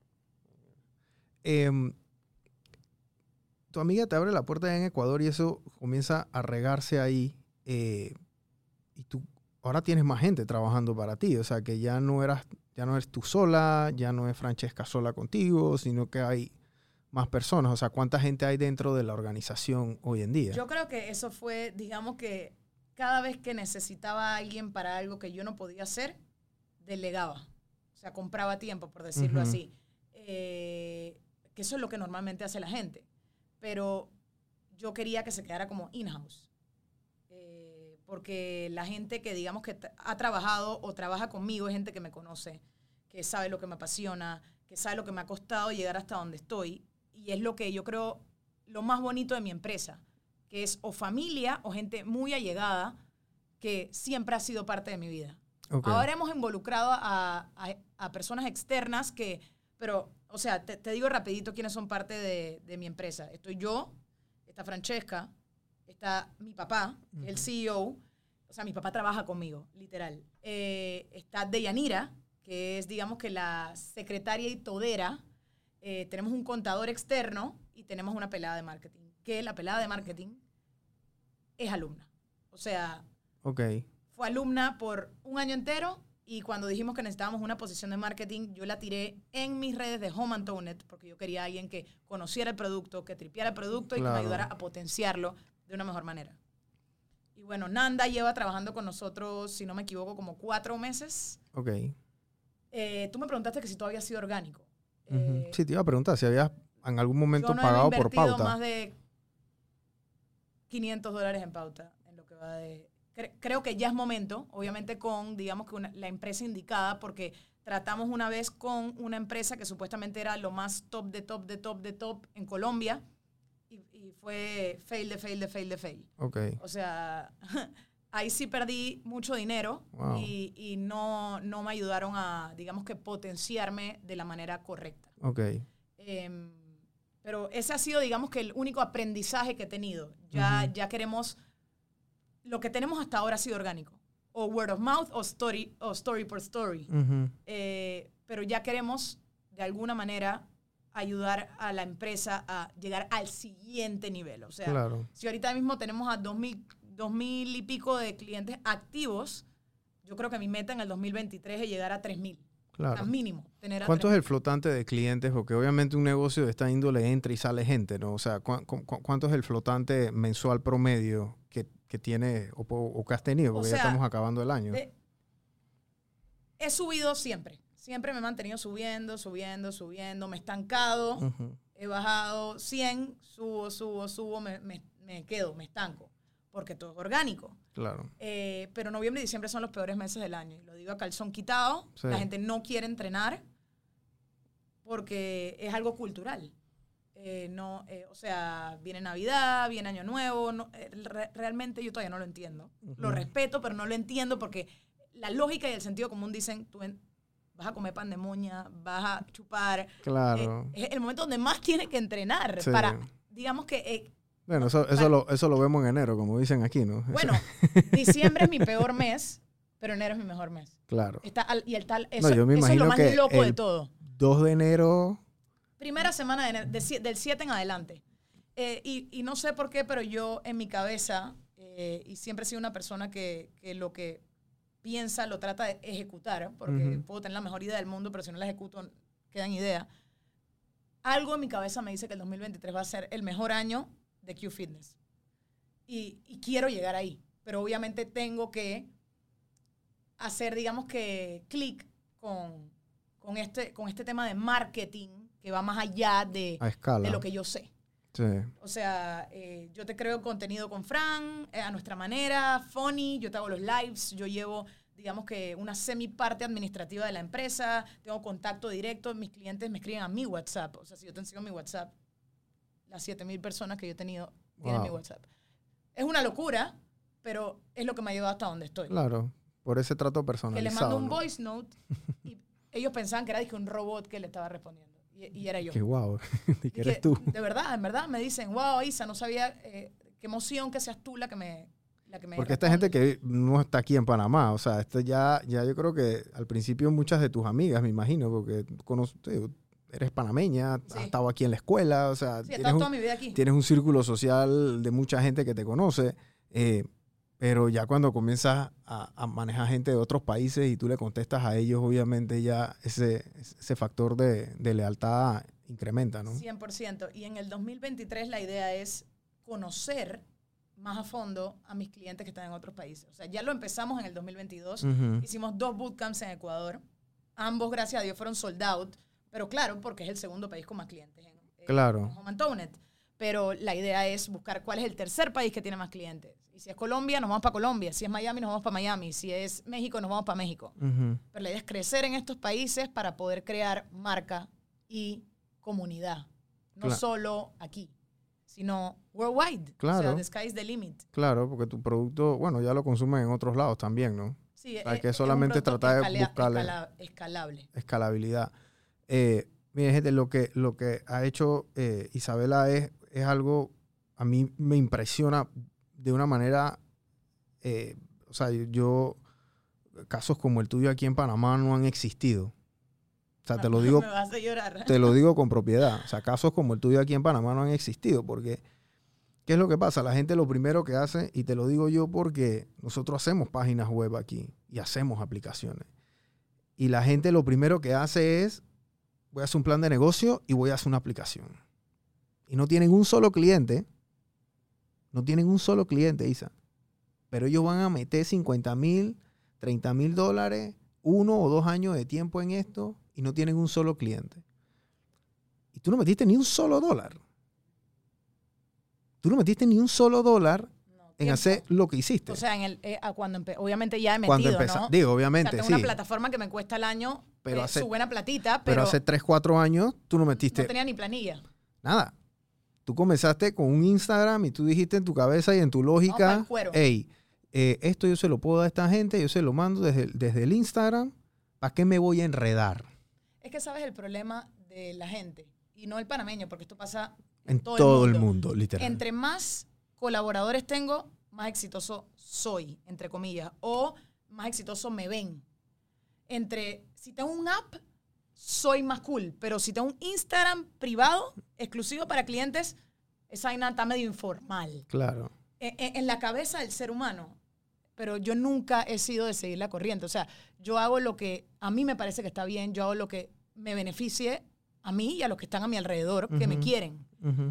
Tu amiga te abre la puerta en Ecuador y eso comienza a regarse ahí. Y tú ahora tienes más gente trabajando para ti. O sea, que ya no eres tú sola, ya no es Francesca sola contigo, sino que hay más personas. O sea, ¿cuánta gente hay dentro de la organización hoy en día? Yo creo que eso fue, digamos que cada vez que necesitaba a alguien para algo que yo no podía hacer, delegaba. O sea, compraba tiempo, por decirlo así. Que eso es lo que normalmente hace la gente. Pero yo quería que se quedara como in-house. Porque la gente que, digamos, que ha trabajado o trabaja conmigo es gente que me conoce, que sabe lo que me apasiona, que sabe lo que me ha costado llegar hasta donde estoy. Y es lo que yo creo lo más bonito de mi empresa, que es o familia o gente muy allegada que siempre ha sido parte de mi vida. Okay. Ahora hemos involucrado a personas externas pero, o sea, te digo rapidito quiénes son parte de mi empresa. Estoy yo, está Francesca, está mi papá, el CEO. O sea, mi papá trabaja conmigo, literal. Está Deyanira, que es, digamos, que la secretaria y todera. Tenemos un contador externo y tenemos una pelada de marketing. Que la pelada de marketing es alumna. O sea, fue alumna por un año entero y cuando dijimos que necesitábamos una posición de marketing, yo la tiré en mis redes de Home and Toner porque yo quería a alguien que conociera el producto, que tripiara el producto y que me ayudara a potenciarlo de una mejor manera. Y bueno, Nanda lleva trabajando con nosotros, si no me equivoco, como 4 meses. Ok. Tú me preguntaste que si todo había sido orgánico. Sí, te iba a preguntar si habías en algún momento pagado por pauta. Yo no he invertido más de $500 en pauta en lo que va de... Creo que ya es momento, obviamente con, digamos, que la empresa indicada, porque tratamos una vez con una empresa que supuestamente era lo más top de top en Colombia y fue fail. Okay. O sea, ahí sí perdí mucho dinero. Wow. y no me ayudaron a, digamos, que potenciarme de la manera correcta. Okay. Pero ese ha sido, digamos, que el único aprendizaje que he tenido. Ya queremos... Lo que tenemos hasta ahora ha sido orgánico. O word of mouth o story por story. Pero ya queremos, de alguna manera, ayudar a la empresa a llegar al siguiente nivel. O sea, si ahorita mismo tenemos a 2.000 y pico de clientes activos, yo creo que mi meta en el 2023 es llegar a 3.000. Claro. Al mínimo. ¿Cuánto es el flotante de clientes? Porque obviamente un negocio de esta índole entra y sale gente, ¿no? O sea, ¿cuánto es el flotante mensual promedio que tiene o que has tenido? Porque ya estamos acabando el año. He subido siempre. Siempre me he mantenido subiendo. Me he estancado. He bajado 100, subo, me quedo, me estanco. Porque todo es orgánico. Claro. Pero noviembre y diciembre son los peores meses del año. Lo digo a calzón quitado. Sí. La gente no quiere entrenar porque es algo cultural. O sea, viene Navidad, viene Año Nuevo. Realmente yo todavía no lo entiendo. Lo respeto, pero no lo entiendo porque la lógica y el sentido común dicen, tú vas a comer pan de moña, vas a chupar. Claro. Es el momento donde más tienes que entrenar para, digamos que... Bueno, eso lo vemos en enero, como dicen aquí, ¿no? Bueno, diciembre es mi peor mes, pero enero es mi mejor mes. Claro. Eso es lo más loco de todo. 2 de enero... Primera semana de enero, del 7 en adelante. Y no sé por qué, pero yo en mi cabeza, y siempre he sido una persona que lo que piensa lo trata de ejecutar, porque puedo tener la mejor idea del mundo, pero si no la ejecuto, quedan ideas. Algo en mi cabeza me dice que el 2023 va a ser el mejor año de Q Fitness. Y quiero llegar ahí. Pero obviamente tengo que hacer, digamos que, clic con este tema de marketing que va más allá de lo que yo sé. Sí. O sea, yo te creo contenido con Fran, a nuestra manera, funny, yo te hago los lives, yo llevo, digamos que una semi-parte administrativa de la empresa, tengo contacto directo, mis clientes me escriben a mi WhatsApp. O sea, si yo te enseño mi WhatsApp, las 7,000 personas que yo he tenido tienen mi WhatsApp. Es una locura, pero es lo que me ha llevado hasta donde estoy. Claro, por ese trato personalizado. Que le mando un voice note y ellos pensaban que era un robot que le estaba respondiendo. Y era yo. Qué guau. ¿Y qué eres tú? De verdad, en verdad, me dicen, wow, Isa, no sabía qué emoción que seas tú la que me porque esta gente que no está aquí en Panamá, o sea, ya yo creo que al principio muchas de tus amigas, me imagino, porque eres panameña, sí. Has estado aquí en la escuela, o sea, sí, he estado toda mi vida aquí. Tienes un círculo social de mucha gente que te conoce, pero ya cuando comienzas a manejar gente de otros países y tú le contestas a ellos, obviamente ya ese factor de lealtad incrementa, ¿no? 100%. Y en el 2023 la idea es conocer más a fondo a mis clientes que están en otros países. O sea, ya lo empezamos en el 2022. Hicimos 2 bootcamps en Ecuador. Ambos, gracias a Dios, fueron sold out. Pero claro, porque es el segundo país con más clientes en Home and Tonet. Pero la idea es buscar cuál es el tercer país que tiene más clientes. Y si es Colombia, nos vamos para Colombia. Si es Miami, nos vamos para Miami. Si es México, nos vamos para México. Pero la idea es crecer en estos países para poder crear marca y comunidad. No solo aquí, sino worldwide. Claro. O sea, the sky is the limit. Claro, porque tu producto, bueno, ya lo consumen en otros lados también, ¿no? Sí, hay que solamente tratar de buscarle escalabilidad. Mire, gente, lo que ha hecho Isabela es algo, a mí me impresiona de una manera, o sea, casos como el tuyo aquí en Panamá no han existido. O sea, te lo digo, me vas a llorar. Te lo digo con propiedad. O sea, casos como el tuyo aquí en Panamá no han existido porque, ¿qué es lo que pasa? La gente lo primero que hace, y te lo digo yo porque nosotros hacemos páginas web aquí y hacemos aplicaciones. Y la gente lo primero que hace es, voy a hacer un plan de negocio y voy a hacer una aplicación. Y no tienen un solo cliente. No tienen un solo cliente, Isa. Pero ellos van a meter $50,000, $30,000, 1 o 2 años de tiempo en esto y no tienen un solo cliente. Y tú no metiste ni un solo dólar. Tú no metiste ni un solo dólar en hacer lo que hiciste. O sea, obviamente ya he metido, ¿no? Digo, obviamente, o sea, tengo una plataforma que me cuesta al año su buena platita, pero hace 3, 4 años tú no metiste... No tenía ni planilla. Nada. Tú comenzaste con un Instagram y tú dijiste en tu cabeza y en tu lógica, hey, esto yo se lo puedo dar a esta gente, yo se lo mando desde el Instagram, ¿para qué me voy a enredar? Es que sabes el problema de la gente, y no el panameño, porque esto pasa en todo el mundo, literal. Entre más colaboradores tengo, más exitoso soy, entre comillas, o más exitoso me ven. Si tengo un app, soy más cool, pero si tengo un Instagram privado, exclusivo para clientes, esa vaina está medio informal. Claro. En la cabeza del ser humano, pero yo nunca he sido de seguir la corriente. O sea, yo hago lo que a mí me parece que está bien, yo hago lo que me beneficie a mí y a los que están a mi alrededor, que me quieren.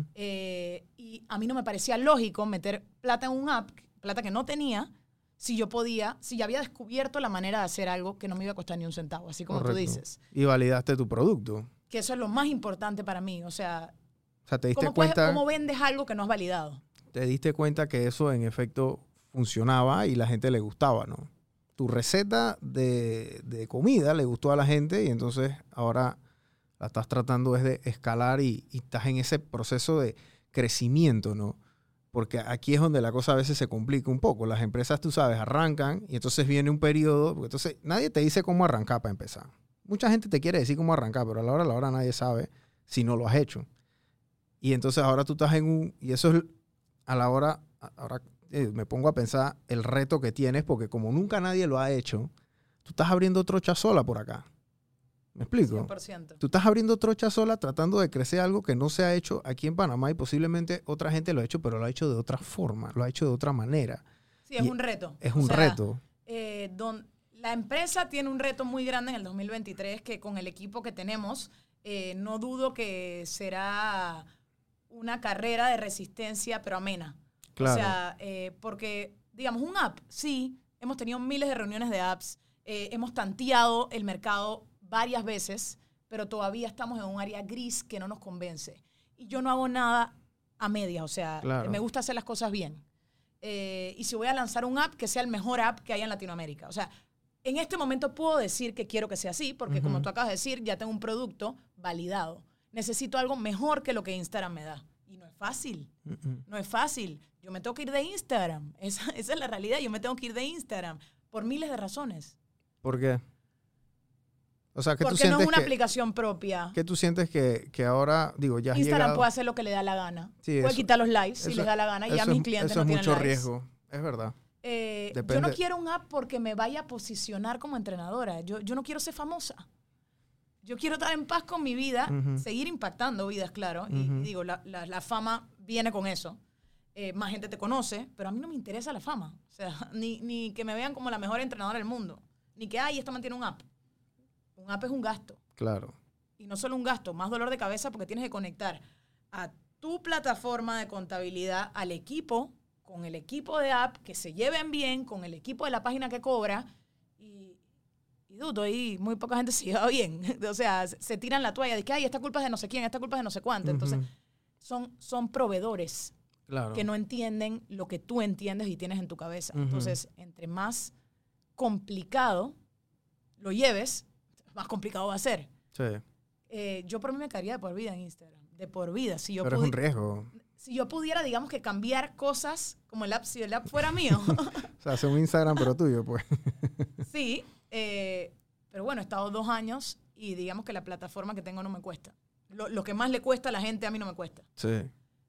Y a mí no me parecía lógico meter plata en un app, plata que no tenía, si yo podía, si ya había descubierto la manera de hacer algo que no me iba a costar ni un centavo, así como tú dices. Y validaste tu producto. Que eso es lo más importante para mí. O sea te diste cuenta... ¿Cómo vendes algo que no has validado? Te diste cuenta que eso en efecto funcionaba y la gente le gustaba, ¿no? Tu receta de comida le gustó a la gente y entonces ahora la estás tratando es de escalar y estás en ese proceso de crecimiento, ¿no? Porque aquí es donde la cosa a veces se complica un poco. Las empresas, tú sabes, arrancan y entonces viene un periodo, porque entonces nadie te dice cómo arrancar para empezar. Mucha gente te quiere decir cómo arrancar, pero a la hora nadie sabe si no lo has hecho. Y entonces ahora tú estás en un... Y eso es a la hora... Ahora me pongo a pensar el reto que tienes, porque como nunca nadie lo ha hecho, tú estás abriendo trocha sola por acá. ¿Me explico? 100%. Tú estás abriendo trocha sola tratando de crecer algo que no se ha hecho aquí en Panamá y posiblemente otra gente lo ha hecho, pero lo ha hecho de otra forma, lo ha hecho de otra manera. Sí, es un reto. Es un reto. La empresa tiene un reto muy grande en el 2023 que con el equipo que tenemos, no dudo que será una carrera de resistencia, pero amena. Claro. O sea, porque, digamos, un app, sí, hemos tenido miles de reuniones de apps, hemos tanteado el mercado varias veces, pero todavía estamos en un área gris que no nos convence. Y yo no hago nada a medias, o sea, claro, me gusta hacer las cosas bien. Y si voy a lanzar un app, que sea el mejor app que haya en Latinoamérica. O sea, en este momento puedo decir que quiero que sea así, porque como tú acabas de decir, ya tengo un producto validado. Necesito algo mejor que lo que Instagram me da. Y no es fácil. No es fácil. Yo me tengo que ir de Instagram. Esa es la realidad. Yo me tengo que ir de Instagram por miles de razones. ¿Por qué? O sea, ¿qué porque tú sientes no es una aplicación propia. ¿Qué tú sientes que ahora, digo, ya has Instagram llegado? Puede hacer lo que le da la gana. Sí, puede quitar los likes si les da la gana y ya mis clientes no tienen likes. Eso es mucho riesgo. Es verdad. Yo no quiero un app porque me vaya a posicionar como entrenadora. Yo no quiero ser famosa. Yo quiero estar en paz con mi vida, seguir impactando vidas, claro. Y digo, la fama viene con eso. Más gente te conoce, pero a mí no me interesa la fama. O sea, ni que me vean como la mejor entrenadora del mundo. Ni que, esta man tiene un app. Un app es un gasto. Claro. Y no solo un gasto, más dolor de cabeza porque tienes que conectar a tu plataforma de contabilidad al equipo, con el equipo de app, que se lleven bien, con el equipo de la página que cobra. Y dudo, ahí muy poca gente se lleva bien. O sea, se tiran la toalla de que, esta culpa es de no sé quién, esta culpa es de no sé cuánto. Entonces, son proveedores, claro, que no entienden lo que tú entiendes y tienes en tu cabeza. Entonces, entre más complicado lo lleves, más complicado va a ser. Sí. Yo por mí me quedaría de por vida en Instagram. De por vida. Pero es un riesgo. Si yo pudiera, digamos, que cambiar cosas como el app, si el app fuera mío. O sea, hacer un Instagram pero tuyo, pues. Sí. Pero bueno, he estado 2 años y digamos que la plataforma que tengo no me cuesta. Lo que más le cuesta a la gente, a mí no me cuesta. Sí.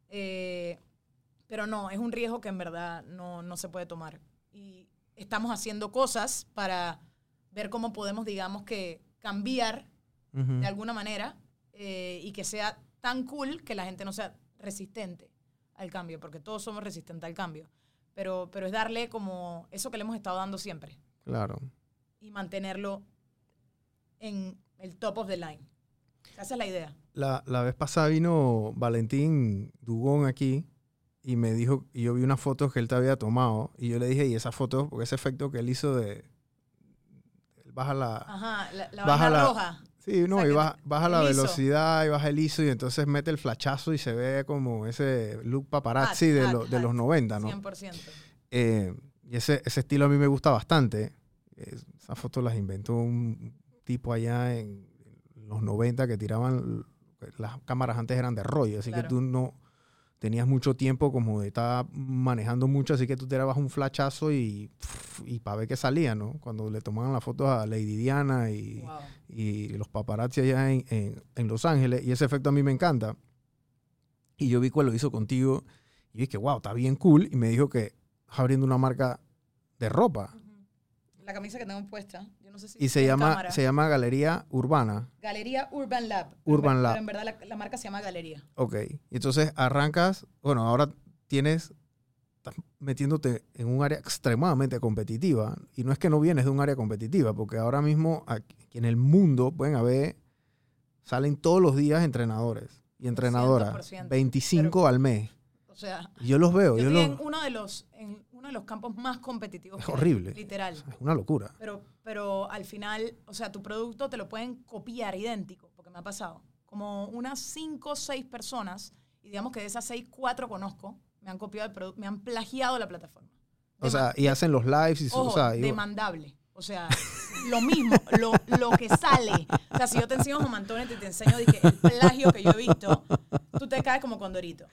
Pero no, es un riesgo que en verdad no se puede tomar. Y estamos haciendo cosas para ver cómo podemos, digamos, que cambiar de alguna manera y que sea tan cool que la gente no sea resistente al cambio, porque todos somos resistentes al cambio. Pero es darle como eso que le hemos estado dando siempre. Claro. Y mantenerlo en el top of the line. Esa es la idea. La vez pasada vino Valentín Dugón aquí y me dijo, y yo vi unas fotos que él te había tomado, y yo le dije, y esas fotos, porque ese efecto que él hizo de... Baja la... Ajá, la baja roja. Sí, no, o sea, y baja la velocidad y baja el ISO y entonces mete el flashazo y se ve como ese look paparazzi de los 90, ¿no? 100%. Y ese estilo a mí me gusta bastante. Esas fotos las inventó un tipo allá en los 90 que tiraban... Las cámaras antes eran de rollo, así claro, que tú no tenías mucho tiempo como de estar manejando mucho, así que tú te dabas un flashazo y para ver qué salía, ¿no? Cuando le tomaban las fotos a Lady Diana y los paparazzi allá en Los Ángeles, y ese efecto a mí me encanta. Y yo vi que lo hizo contigo y dije, wow, está bien cool, y me dijo que estás abriendo una marca de ropa. La camisa que tengo puesta, yo no sé si... Y se llama Galería Urbana. Galería Urban Lab. Urban Lab. Pero en verdad la marca se llama Galería. Ok. Entonces arrancas, bueno, ahora tienes metiéndote en un área extremadamente competitiva. Y no es que no vienes de un área competitiva, porque ahora mismo aquí en el mundo salen todos los días entrenadores y entrenadoras, 25 al mes. O sea, yo los veo. Yo estoy en uno de los campos más competitivos. Es horrible. Literal. Es una locura. Pero al final, o sea, tu producto te lo pueden copiar idéntico, porque me ha pasado. Como unas 5 o 6 personas, y digamos que de esas 6, 4 conozco, me han copiado el producto, me han plagiado la plataforma. O sea, y hacen los lives. Y ojo, demandable. O sea, lo mismo, lo que sale. O sea, si yo te enseño Home Antonet y te enseño el plagio que yo he visto, tú te caes como condorito.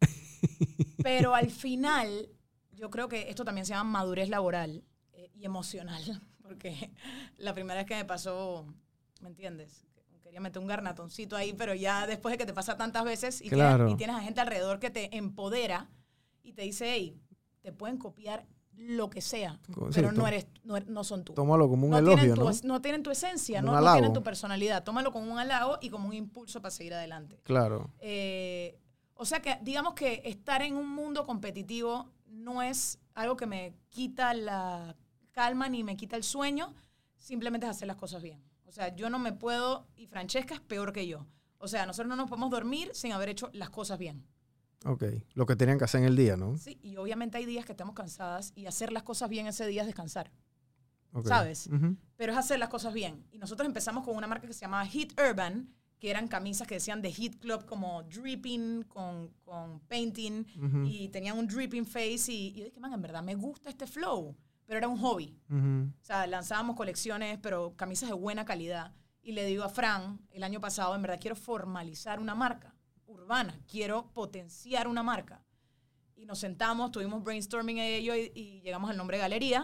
Pero al final, yo creo que esto también se llama madurez laboral y emocional. Porque la primera vez que me pasó, ¿me entiendes? Quería meter un garnatoncito ahí, pero ya después de que te pasa tantas veces y tienes a gente alrededor que te empodera y te dice, hey, te pueden copiar lo que sea, pero no son tú. Tómalo como un elogio, ¿no? No tienen tu esencia, no tienen tu personalidad. Tómalo como un halago y como un impulso para seguir adelante. Claro. O sea que digamos que estar en un mundo competitivo no es algo que me quita la calma ni me quita el sueño, simplemente es hacer las cosas bien. O sea, yo no me puedo, y Francesca es peor que yo. O sea, nosotros no nos podemos dormir sin haber hecho las cosas bien. Ok, lo que tenían que hacer en el día, ¿no? Sí, y obviamente hay días que estamos cansadas y hacer las cosas bien ese día es descansar. Okay. ¿Sabes? Pero es hacer las cosas bien. Y nosotros empezamos con una marca que se llamaba Heat Urban, que eran camisas que decían de Heat Club como dripping, con painting, y tenían un dripping face. Y yo dije, man, en verdad me gusta este flow. Pero era un hobby. O sea, lanzábamos colecciones, pero camisas de buena calidad. Y le digo a Fran, el año pasado, en verdad quiero formalizar una marca urbana. Quiero potenciar una marca. Y nos sentamos, tuvimos brainstorming en ello y llegamos al nombre de Galería.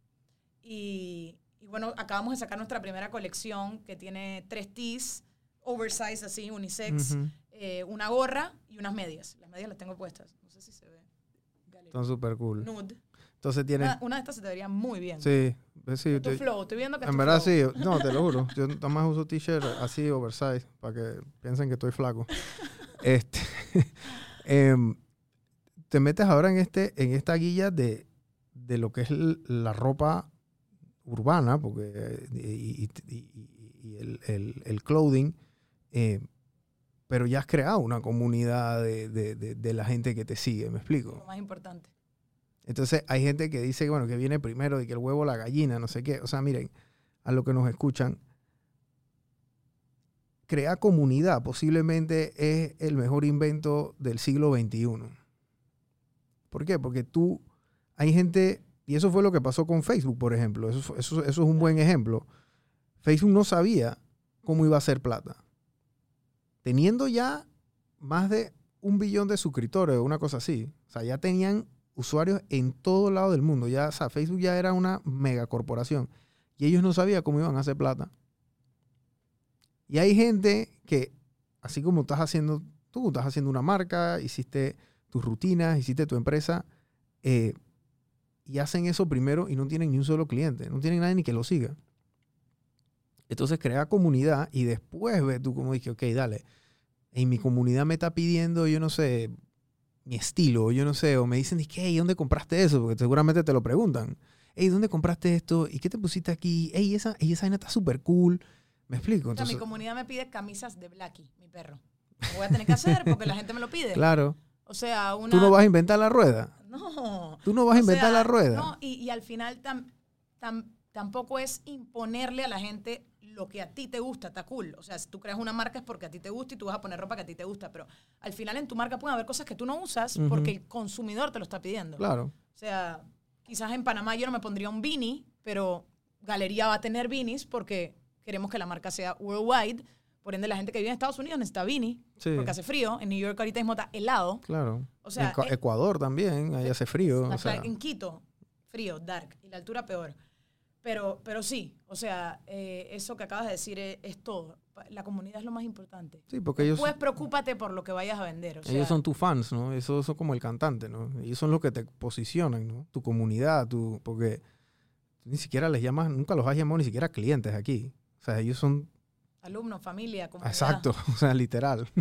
Y bueno, acabamos de sacar nuestra primera colección que tiene 3 tees, oversize así, unisex, una gorra y unas medias. Las medias las tengo puestas. No sé si se ve. Galería. Están súper cool. Nude. Entonces tiene... Una de estas se te vería muy bien. Sí. Tu flow, estoy viendo que es en tu verdad flow. sí, no, te lo juro. Yo nada más uso t-shirt así oversize para que piensen que estoy flaco. Te metes ahora en esta guía de lo que es la ropa urbana, porque y el clothing, pero ya has creado una comunidad de la gente que te sigue, ¿me explico? Lo más importante. Entonces hay gente que dice bueno, que viene primero y que el huevo, la gallina, no sé qué. O sea, miren, a lo que nos escuchan, crear comunidad posiblemente es el mejor invento del siglo XXI. ¿Por qué? Porque hay gente, y eso fue lo que pasó con Facebook, por ejemplo. Eso es un buen ejemplo. Facebook no sabía cómo iba a hacer plata. Teniendo ya más de 1 billón de suscriptores o una cosa así. O sea, ya tenían usuarios en todo lado del mundo. Ya, o sea, Facebook ya era una megacorporación. Y ellos no sabían cómo iban a hacer plata. Y hay gente que, así como estás haciendo una marca, hiciste tus rutinas, hiciste tu empresa, y hacen eso primero y no tienen ni un solo cliente. No tienen nadie ni que lo siga. Entonces crea comunidad y después ves tú como dije, ok, dale. En mi comunidad me está pidiendo, yo no sé, mi estilo, yo no sé, o me dicen, hey, ¿dónde compraste eso? Porque seguramente te lo preguntan. Hey, ¿dónde compraste esto? ¿Y qué te pusiste aquí? Hey, esa vaina está súper cool. ¿Me explico? Entonces, o sea, mi comunidad me pide camisas de Blackie, mi perro. Lo voy a tener que hacer porque la gente me lo pide. Claro. O sea, ¿Tú no vas a inventar la rueda? No. ¿Tú no vas a inventar la rueda? No, y al final tampoco es imponerle a la gente lo que a ti te gusta, está cool. O sea, si tú creas una marca es porque a ti te gusta y tú vas a poner ropa que a ti te gusta. Pero al final en tu marca pueden haber cosas que tú no usas porque el consumidor te lo está pidiendo. Claro. O sea, quizás en Panamá yo no me pondría un beanie, pero Galería va a tener beanies porque queremos que la marca sea worldwide. Por ende, la gente que vive en Estados Unidos necesita beanie, porque hace frío. En New York ahorita mismo está helado. Claro. O sea, en Ecuador también, ahí hace frío. O sea. En Quito, frío, dark. Y la altura peor. Pero sí, o sea, eso que acabas de decir es todo. La comunidad es lo más importante. Sí, porque después preocúpate por lo que vayas a vender. O sea, ellos son tus fans, ¿no? Eso son como el cantante, ¿no? Ellos son los que te posicionan, ¿no? Tu comunidad, porque tú ni siquiera les llamas, nunca los has llamado ni siquiera clientes aquí. O sea, ellos son... alumnos, familia, comunidad. Exacto, o sea, literal.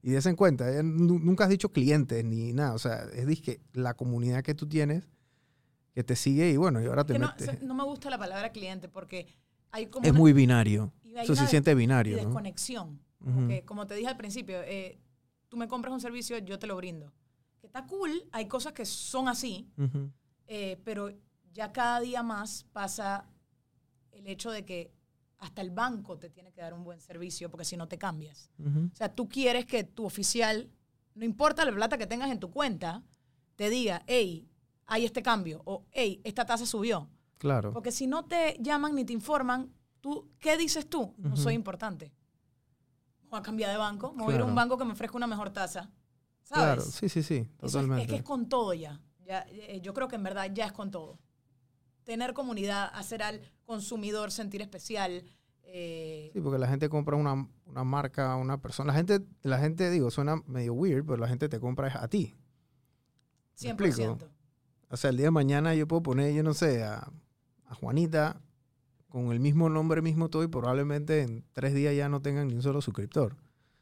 Y des en cuenta, nunca has dicho clientes ni nada. O sea, es que la comunidad que tú tienes que te sigue y bueno, y ahora te metes. No me gusta la palabra cliente porque hay como es muy binario. Eso se siente y binario, ¿no? desconexión. Porque, como te dije al principio, tú me compras un servicio, yo te lo brindo. Que está cool, hay cosas que son así, pero ya cada día más pasa el hecho de que hasta el banco te tiene que dar un buen servicio porque si no te cambias. O sea, tú quieres que tu oficial, no importa la plata que tengas en tu cuenta, te diga, hey, hay este cambio, o hey, esta tasa subió. Claro. Porque si no te llaman ni te informan, ¿qué dices tú? No soy importante. Voy a cambiar de banco, me voy a ir a un banco que me ofrezca una mejor tasa. ¿Sabes? Claro, sí, totalmente. Es que es con todo ya. Yo creo que en verdad ya es con todo. Tener comunidad, hacer al consumidor sentir especial. Sí, porque la gente compra una marca, una persona. La gente, digo, suena medio weird, pero la gente te compra a ti. 100%. O sea, el día de mañana yo puedo poner, yo no sé, a Juanita con el mismo nombre, mismo todo, y probablemente en 3 días ya no tengan ni un solo suscriptor.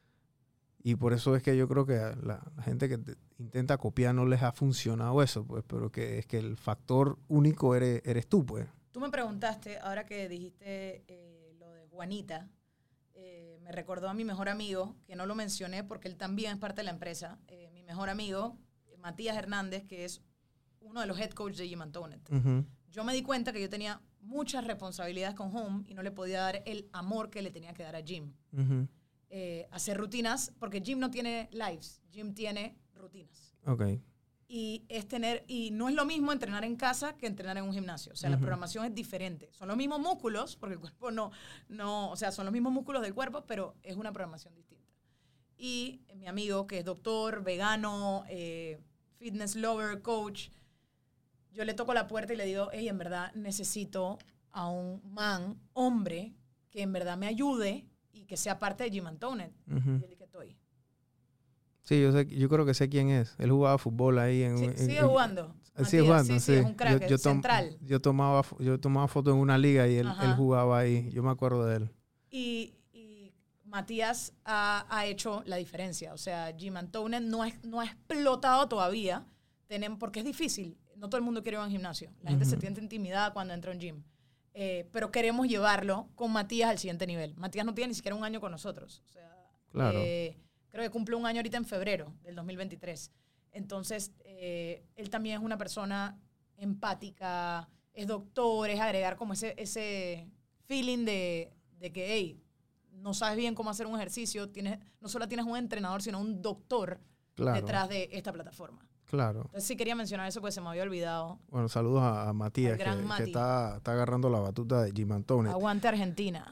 Y por eso es que yo creo que a la gente que intenta copiar no les ha funcionado eso, pues, pero que es que el factor único eres tú, pues. Tú me preguntaste, ahora que dijiste lo de Juanita, me recordó a mi mejor amigo, que no lo mencioné porque él también es parte de la empresa, mi mejor amigo, Matías Hernández, que es uno de los head coaches de Gym Antoinette. Yo me di cuenta que yo tenía muchas responsabilidades con Home y no le podía dar el amor que le tenía que dar a Gym. Hacer rutinas, porque Gym no tiene lives, Gym tiene rutinas. Okay. Y no es lo mismo entrenar en casa que entrenar en un gimnasio. O sea, la programación es diferente. Son los mismos músculos, porque el cuerpo o sea, son los mismos músculos del cuerpo, pero es una programación distinta. Y mi amigo, que es doctor, vegano, fitness lover, coach, yo le toco la puerta y le digo, hey, en verdad necesito a un hombre, que en verdad me ayude y que sea parte de Gym Antoinette. Y él dice, estoy. Sí, yo creo que sé quién es. Él jugaba fútbol ahí. Sigue jugando. Sigue jugando, sí. Es un crack, central. Yo tomaba fotos en una liga y él jugaba ahí. Yo me acuerdo de él. Y Matías ha hecho la diferencia. O sea, Gym Antoinette no ha explotado todavía, porque es difícil. No todo el mundo quiere ir a un gimnasio. La gente se siente intimidada cuando entra a un gym. Pero queremos llevarlo con Matías al siguiente nivel. Matías no tiene ni siquiera un año con nosotros. O sea, claro. Creo que cumple un año ahorita en febrero del 2023. Entonces, él también es una persona empática, es doctor, es agregar como ese feeling de que, hey, no sabes bien cómo hacer un ejercicio, no solo tienes un entrenador, sino un doctor detrás de esta plataforma. Claro. Entonces sí quería mencionar eso porque se me había olvidado. Bueno, saludos a Matías, que está agarrando la batuta de Gym Antoinette. Aguante Argentina.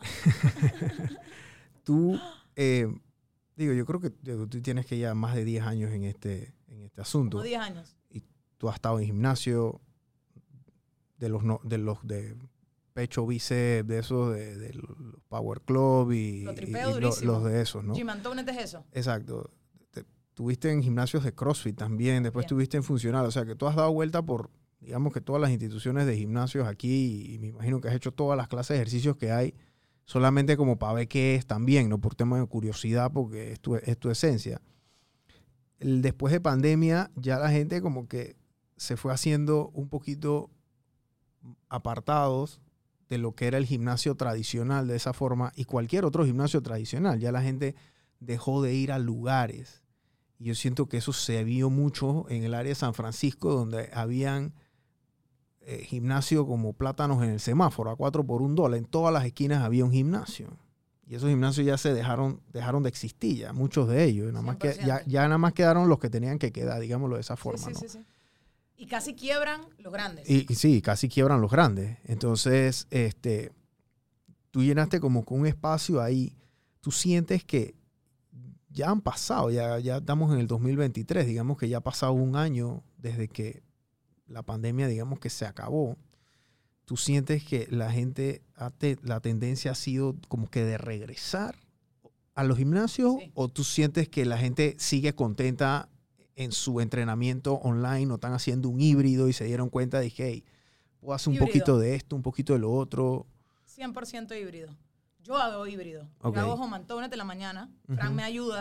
Tú, yo creo que tú tienes que ya más de 10 años en este asunto. Como 10 años. Y tú has estado en gimnasio de los de pecho, bíceps, de esos, de los Power Club y los de esos, ¿no? Gym Antoinette es eso. Exacto. Tuviste en gimnasios de CrossFit también, después tuviste en funcional, o sea que tú has dado vuelta por, digamos que todas las instituciones de gimnasios aquí y me imagino que has hecho todas las clases de ejercicios que hay solamente como para ver qué es también, no por tema de curiosidad porque es tu esencia. Después de pandemia ya la gente como que se fue haciendo un poquito apartados de lo que era el gimnasio tradicional de esa forma y cualquier otro gimnasio tradicional, ya la gente dejó de ir a lugares. Y yo siento que eso se vio mucho en el área de San Francisco, donde habían gimnasios como plátanos en el semáforo, a 4 por $1. En todas las esquinas había un gimnasio. Y esos gimnasios ya se dejaron de existir, ya muchos de ellos. Nada más ya nada más quedaron los que tenían que quedar, digámoslo de esa forma. Sí, ¿no? Sí. Y casi quiebran los grandes. Y sí, casi quiebran los grandes. Entonces, tú llenaste como con un espacio ahí. Tú sientes que ya han pasado, ya estamos en el 2023, digamos que ya ha pasado un año desde que la pandemia, digamos que se acabó. ¿Tú sientes que la gente, la tendencia ha sido como que de regresar a los gimnasios? Sí. ¿O tú sientes que la gente sigue contenta en su entrenamiento online o están haciendo un híbrido y se dieron cuenta de que, hey, puedo hacer un poquito de esto, un poquito de lo otro? 100% híbrido. Yo hago híbrido. Okay. Yo hago Home Antoinette en la mañana. Frank me ayuda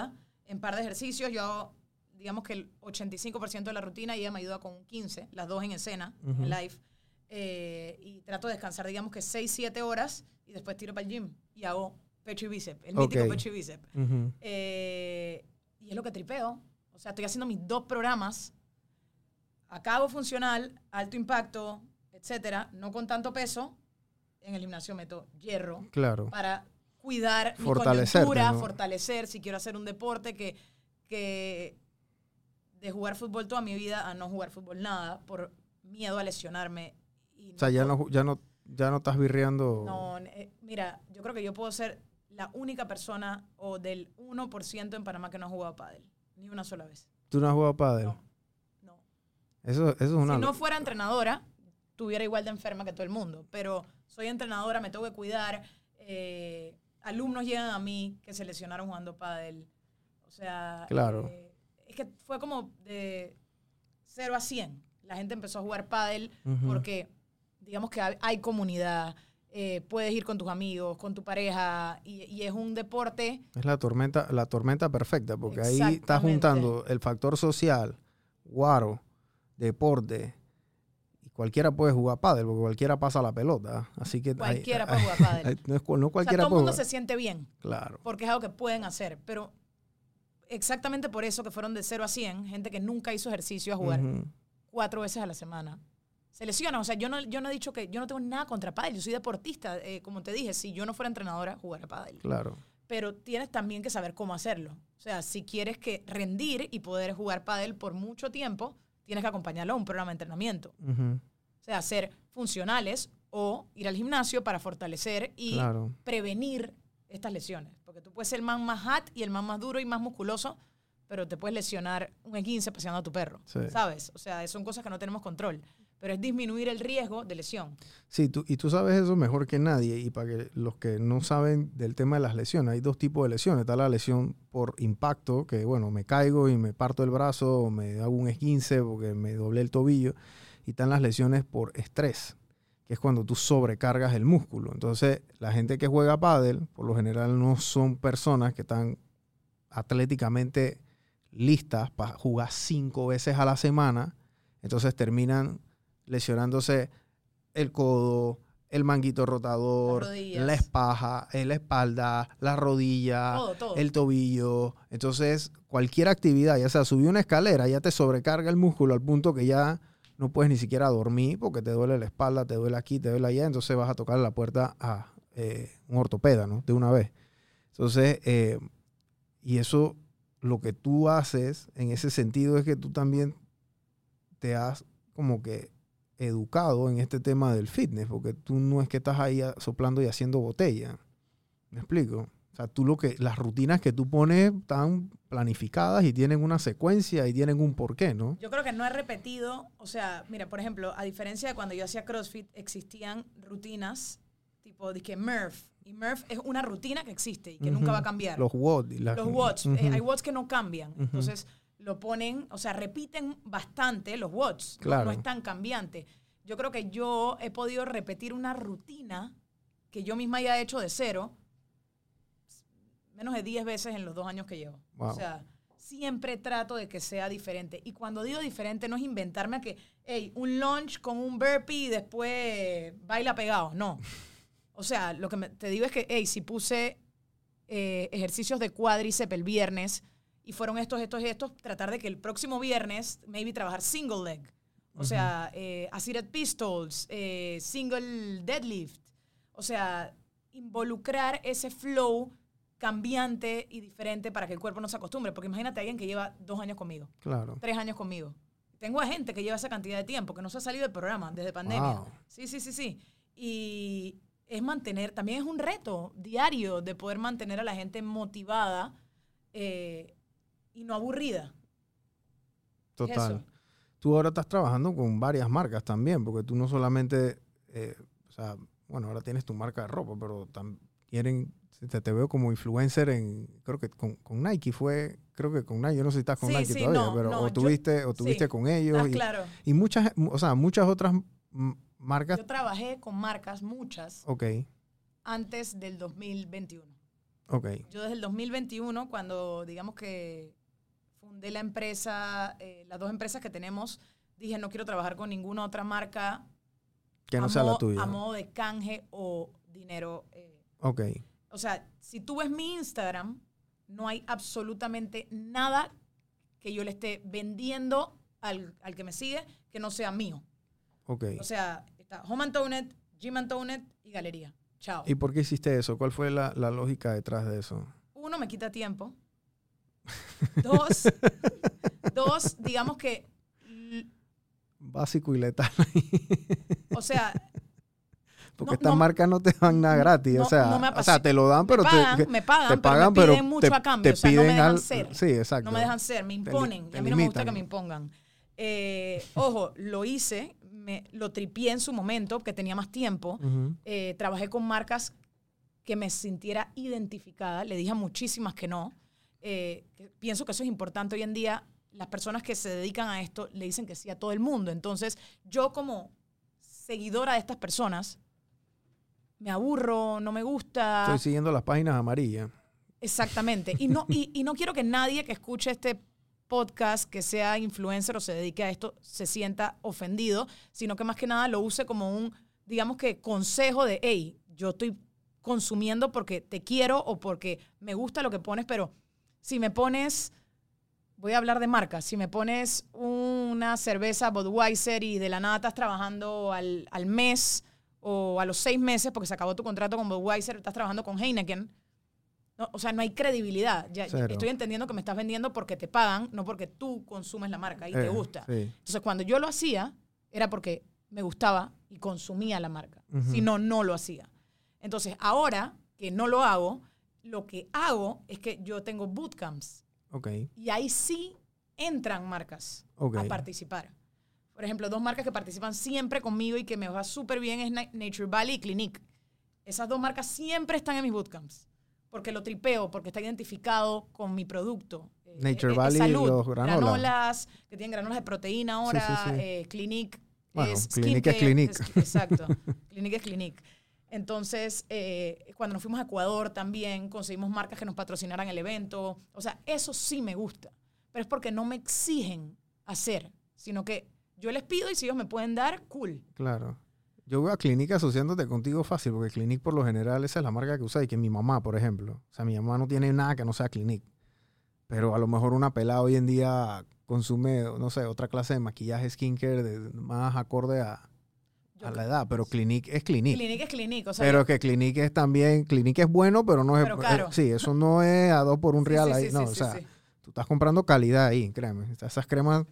en par de ejercicios. Yo hago, digamos que el 85% de la rutina y ella me ayuda con un 15%, las dos en escena, en live. Y trato de descansar, digamos que 6, 7 horas y después tiro para el gym y hago pecho y bíceps, el mítico pecho y bíceps. Y es lo que tripeo. O sea, estoy haciendo mis 2 programas. Acabo funcional, alto impacto, etcétera, no con tanto peso. En el gimnasio meto hierro para cuidar mi coyuntura, ¿no? Fortalecer, si quiero hacer un deporte que de jugar fútbol toda mi vida a no jugar fútbol nada por miedo a lesionarme. Y o sea, ya no estás birreando. No, mira, yo creo que yo puedo ser la única persona o del 1% en Panamá que no ha jugado pádel, ni una sola vez. ¿Tú no has jugado pádel? No. Eso es una... Si no fuera entrenadora, estuviera igual de enferma que todo el mundo, pero soy entrenadora, me tengo que cuidar. Alumnos llegan a mí que se lesionaron jugando pádel. O sea, es que fue como de 0 a 100. La gente empezó a jugar pádel porque, digamos que hay comunidad, puedes ir con tus amigos, con tu pareja, y es un deporte... Es la tormenta perfecta, porque ahí estás juntando el factor social, guaro, deporte, y cualquiera puede jugar pádel, porque cualquiera pasa la pelota. Así que cualquiera puede jugar pádel. No cualquiera, o sea, todo el mundo se siente bien. Claro. Porque es algo que pueden hacer. Pero exactamente por eso que fueron de 0 a 100, gente que nunca hizo ejercicio a jugar 4 veces a la semana. Se lesiona. O sea, yo no he dicho que yo no tengo nada contra pádel. Yo soy deportista. Como te dije, si yo no fuera entrenadora, jugara pádel. Claro. Pero tienes también que saber cómo hacerlo. O sea, si quieres rendir y poder jugar pádel por mucho tiempo, tienes que acompañarlo a un programa de entrenamiento. O sea, ser funcionales o ir al gimnasio para fortalecer y prevenir estas lesiones. Porque tú puedes ser el man más hot y el man más duro y más musculoso, pero te puedes lesionar un E15 paseando a tu perro, ¿sabes? O sea, son cosas que no tenemos control. Pero es disminuir el riesgo de lesión. Sí, tú sabes eso mejor que nadie. Y para que los que no saben del tema de las lesiones, hay 2 tipos de lesiones. Está la lesión por impacto, que bueno, me caigo y me parto el brazo, o me hago un esguince porque me doblé el tobillo. Y están las lesiones por estrés, que es cuando tú sobrecargas el músculo. Entonces, la gente que juega pádel, por lo general no son personas que están atléticamente listas para jugar 5 veces a la semana. Entonces terminan lesionándose el codo, el manguito rotador, la espalda, la rodilla, todo. El tobillo. Entonces, cualquier actividad, ya sea subir una escalera, ya te sobrecarga el músculo al punto que ya no puedes ni siquiera dormir porque te duele la espalda, te duele aquí, te duele allá. Entonces vas a tocar la puerta a un ortopeda, ¿no? De una vez. Entonces, y eso, lo que tú haces en ese sentido es que tú también te has como que educado en este tema del fitness, porque tú no es que estás ahí soplando y haciendo botella. ¿Me explico? O sea, las rutinas que tú pones están planificadas y tienen una secuencia y tienen un porqué, ¿no? Yo creo que no he repetido, o sea, mira, por ejemplo, a diferencia de cuando yo hacía CrossFit, existían rutinas tipo de que Murph. Y Murph es una rutina que existe y que nunca va a cambiar. Los watts. Los watts. Hay watts que no cambian. Entonces, lo ponen, o sea, repiten bastante los watts. Claro. No es tan cambiante. Yo creo que yo he podido repetir una rutina que yo misma haya hecho de 0 menos de 10 veces en los 2 años que llevo. Wow. O sea, siempre trato de que sea diferente. Y cuando digo diferente, no es inventarme a que, hey, un lunge con un burpee y después baila pegado. No. O sea, lo que te digo es que, hey, si puse ejercicios de cuádriceps el viernes y fueron estos, tratar de que el próximo viernes, maybe trabajar single leg. O sea, assisted pistols, single deadlift. O sea, involucrar ese flow cambiante y diferente para que el cuerpo no se acostumbre. Porque imagínate a alguien que lleva 2 años conmigo. Claro. 3 años conmigo. Tengo a gente que lleva esa cantidad de tiempo, que no se ha salido del programa desde pandemia. Wow. Sí. Y es mantener, también es un reto diario de poder mantener a la gente motivada y no aburrida. Total. Tú ahora estás trabajando con varias marcas también, porque tú no solamente, o sea, bueno, ahora tienes tu marca de ropa, pero también te veo como influencer creo que con Nike creo que con Nike, yo no sé si estás con Nike todavía, pero o tuviste con ellos. Claro. Y muchas otras marcas. Yo trabajé con marcas, muchas, Ok. antes del 2021. Okay. Yo desde el 2021, cuando digamos que fundé la empresa, las 2 empresas que tenemos, dije no quiero trabajar con ninguna otra marca que no sea la tuya. A modo de canje o dinero. Ok. O sea, si tú ves mi Instagram, no hay absolutamente nada que yo le esté vendiendo al que me sigue que no sea mío. Ok. O sea, está Home Antoinette, Gym Antoinette y Galería. Chao. ¿Y por qué hiciste eso? ¿Cuál fue la lógica detrás de eso? 1, me quita tiempo. 2, digamos que... Básico y letal. O sea... Porque estas marcas no te dan nada gratis. No, o sea, te lo dan, pero me pagan, pero me piden mucho a cambio. O sea, no me dejan ser. Sí, exacto. No me dejan ser, me imponen. Y a mí no me gusta que me impongan. Ojo, lo hice, lo tripié en su momento, porque tenía más tiempo. Trabajé con marcas que me sintiera identificada. Le dije a muchísimas que no. Pienso que eso es importante hoy en día. Las personas que se dedican a esto le dicen que sí a todo el mundo. Entonces, yo como seguidora de estas personas, me aburro, no me gusta. Estoy siguiendo las páginas amarillas. Exactamente. Y no quiero que nadie que escuche este podcast, que sea influencer o se dedique a esto, se sienta ofendido, sino que más que nada lo use como un, digamos que, consejo de, hey, yo estoy consumiendo porque te quiero o porque me gusta lo que pones, pero si me pones, voy a hablar de marcas, si me pones una cerveza Budweiser y de la nada estás trabajando al mes o a los 6 meses porque se acabó tu contrato con Budweiser, estás trabajando con Heineken, no, o sea, no hay credibilidad. Ya estoy entendiendo que me estás vendiendo porque te pagan, no porque tú consumes la marca y te gusta. Sí. Entonces, cuando yo lo hacía, era porque me gustaba y consumía la marca. Si no, no lo hacía. Entonces, ahora que no lo hago, lo que hago es que yo tengo bootcamps. Okay. Y ahí sí entran marcas a participar. Por ejemplo, 2 marcas que participan siempre conmigo y que me va súper bien es Nature Valley y Clinique. Esas 2 marcas siempre están en mis bootcamps. Porque lo tripeo, porque está identificado con mi producto. Nature Valley, salud, los granolas, que tienen granolas de proteína ahora. Sí. Clinique bueno, es Clinique es Clinique. Exacto. Clinique es Clinique. Entonces, cuando nos fuimos a Ecuador también conseguimos marcas que nos patrocinaran el evento. O sea, eso sí me gusta. Pero es porque no me exigen hacer, sino que yo les pido y si ellos me pueden dar, cool. Claro. Yo veo a Clinique asociándote contigo fácil, porque Clinique por lo general esa es la marca que usa y que mi mamá, por ejemplo. O sea, mi mamá no tiene nada que no sea Clinique. Pero a lo mejor una pelada hoy en día consume, no sé, otra clase de maquillaje, skincare, más acorde a la edad. Pero Clinique es Clinique. Clinique es Clinique. O sea, pero que Clinique es también, Clinique es bueno, pero no es... Pero caro. Sí, eso no es a 2 por 1 real ahí. Sí, no, sí, o sea, sí. tú estás comprando calidad ahí, créeme. Esas cremas...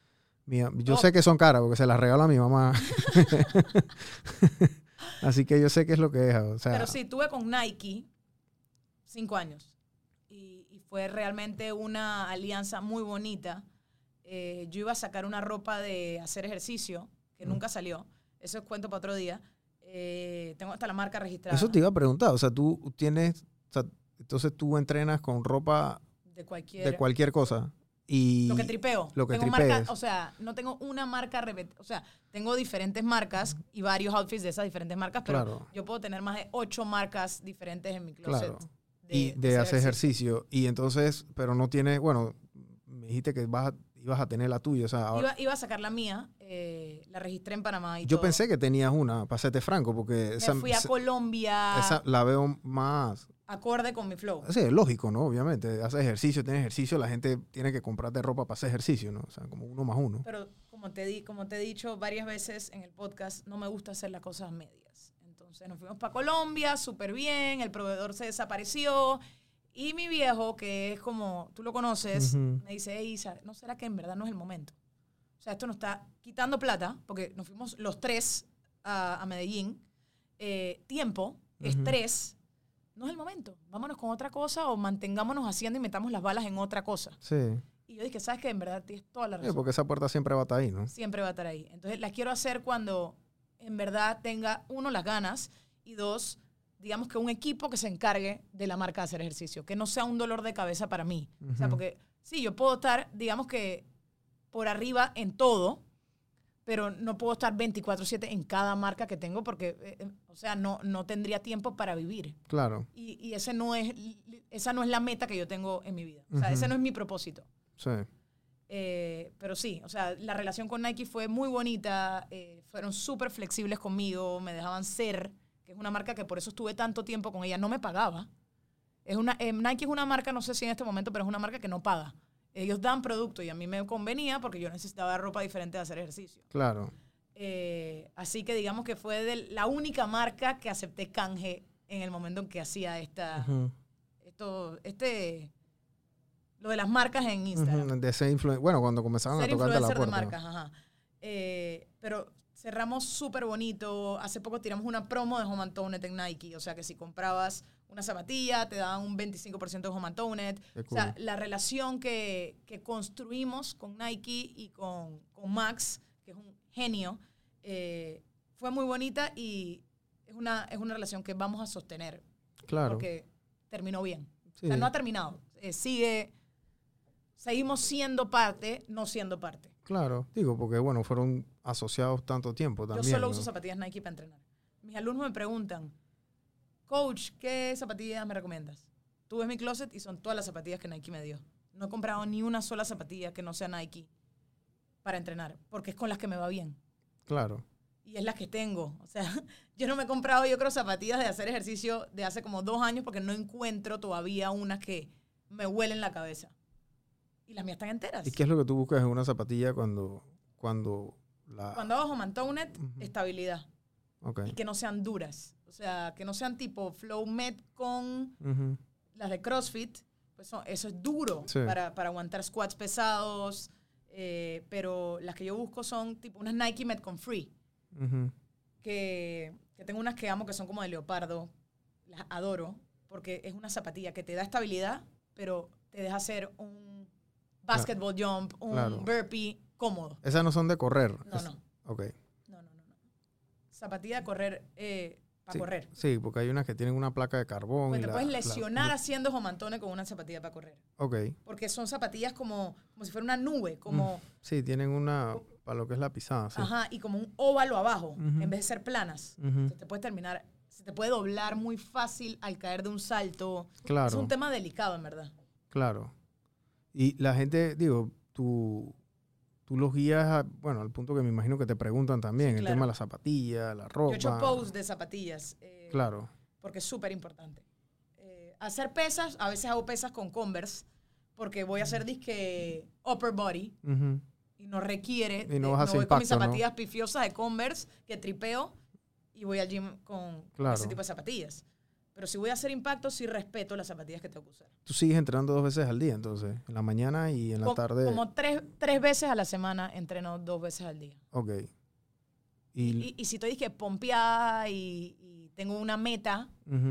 Yo sé que son caras porque se las regalo a mi mamá. Así que yo sé qué es lo que es. O sea, pero sí, tuve con Nike 5 años. Y fue realmente una alianza muy bonita. Yo iba a sacar una ropa de hacer ejercicio que nunca salió. Eso es cuento para otro día. Tengo hasta la marca registrada. Eso te iba a preguntar. O sea, tú tienes... O sea, entonces tú entrenas con ropa de cualquier cosa. Y lo que tripeo. Lo que tengo tripees. marca, o sea, no tengo una marca, o sea, tengo diferentes marcas y varios outfits de esas diferentes marcas, pero yo puedo tener más de 8 marcas diferentes en mi closet. Claro. De hacer ejercicio. Y entonces, pero no tienes, bueno, me dijiste que ibas a tener la tuya. O sea, ahora, iba a sacar la mía, la registré en Panamá y yo todo. Pensé que tenías una, para serte franco, porque... Me fui a Colombia. Esa la veo más... acorde con mi flow. Sí, es lógico, ¿no? Obviamente, haces ejercicio, tienes ejercicio, la gente tiene que comprarte ropa para hacer ejercicio, ¿no? O sea, como 1 más 1. Pero como te he dicho varias veces en el podcast, no me gusta hacer las cosas medias. Entonces nos fuimos para Colombia, súper bien, el proveedor se desapareció y mi viejo, que es como, tú lo conoces, me dice, hey, Isa, ¿no será que en verdad no es el momento? O sea, esto nos está quitando plata, porque nos fuimos los 3 a Medellín, tiempo, estrés. No es el momento. Vámonos con otra cosa o mantengámonos haciendo y metamos las balas en otra cosa. Sí. Y yo dije, ¿sabes qué? En verdad tienes toda la razón. Sí, porque esa puerta siempre va a estar ahí, ¿no? Siempre va a estar ahí. Entonces, las quiero hacer cuando en verdad tenga, 1, las ganas y 2, digamos que un equipo que se encargue de la marca de hacer ejercicio. Que no sea un dolor de cabeza para mí. O sea, porque sí, yo puedo estar, digamos que por arriba en todo, pero no puedo estar 24/7 en cada marca que tengo porque, o sea, no tendría tiempo para vivir. Claro. Y esa no es la meta que yo tengo en mi vida. O sea, ese no es mi propósito. Sí. Pero sí, o sea, la relación con Nike fue muy bonita, fueron súper flexibles conmigo, me dejaban ser, que es una marca que por eso estuve tanto tiempo con ella, no me pagaba. Nike es una marca, no sé si en este momento, pero es una marca que no paga. Ellos dan producto y a mí me convenía porque yo necesitaba ropa diferente de hacer ejercicio. Claro. Así que digamos que fue la única marca que acepté canje en el momento en que hacía lo de las marcas en Instagram. De ser bueno, cuando comenzaban a tocarte la puerta. De marcas, ajá. Pero cerramos súper bonito. Hace poco tiramos una promo de Home and Toned en Nike. O sea, que si comprabas una zapatilla, te daban un 25% de Home and Toned. Cool. O sea, la relación que construimos con Nike y con Max, que es un genio, fue muy bonita y es una relación que vamos a sostener. Claro. Porque terminó bien. Sí. O sea, no ha terminado. Seguimos siendo parte, no siendo parte. Claro, digo, porque bueno, fueron asociados tanto tiempo también. Yo solo uso zapatillas Nike para entrenar. Mis alumnos me preguntan, Coach, ¿qué zapatillas me recomiendas? Tú ves mi closet y son todas las zapatillas que Nike me dio. No he comprado ni una sola zapatilla que no sea Nike para entrenar, porque es con las que me va bien. Claro. Y es las que tengo. O sea, yo no me he comprado, yo creo, zapatillas de hacer ejercicio de hace como 2 años porque no encuentro todavía unas que me huelen la cabeza. Y las mías están enteras. ¿Y qué es lo que tú buscas en una zapatilla cuando hago Home and Toned, estabilidad. Okay. Y que no sean duras. O sea, que no sean tipo Flow Med con las de CrossFit. Pues eso es duro para aguantar squats pesados. Pero las que yo busco son tipo unas Nike Metcon Free. Que tengo unas que amo que son como de leopardo. Las adoro. Porque es una zapatilla que te da estabilidad, pero te deja hacer un basketball jump, un burpee cómodo. Esas no son de correr. No. Ok. No. Zapatilla de correr para correr. Sí, porque hay unas que tienen una placa de carbón. Pues te puedes lesionar haciendo Home and Toned con una zapatilla para correr. Ok. Porque son zapatillas como si fuera una nube, como... Sí, tienen una, para lo que es la pisada. Sí. Ajá, y como un óvalo abajo, en vez de ser planas. Se te puede doblar muy fácil al caer de un salto. Claro. Es un tema delicado, en verdad. Claro. Y la gente, digo, tú los guías, al punto que me imagino que te preguntan también, sí, claro. El tema de las zapatillas, la ropa. Yo he hecho posts de zapatillas. Claro. Porque es súper importante. Hacer pesas, a veces hago pesas con Converse, porque voy a hacer disque upper body, y no requiere, y no vas a hacer voy impacto, con mis zapatillas pifiosas de Converse, que tripeo, y voy al gym con ese tipo de zapatillas. Pero si voy a hacer impacto, sí respeto las zapatillas que tengo que usar. ¿Tú sigues entrenando 2 veces al día, entonces? ¿En la mañana y en la tarde? Como 3 veces a la semana entreno 2 veces al día. Ok. Y si estoy pompeada y tengo una meta,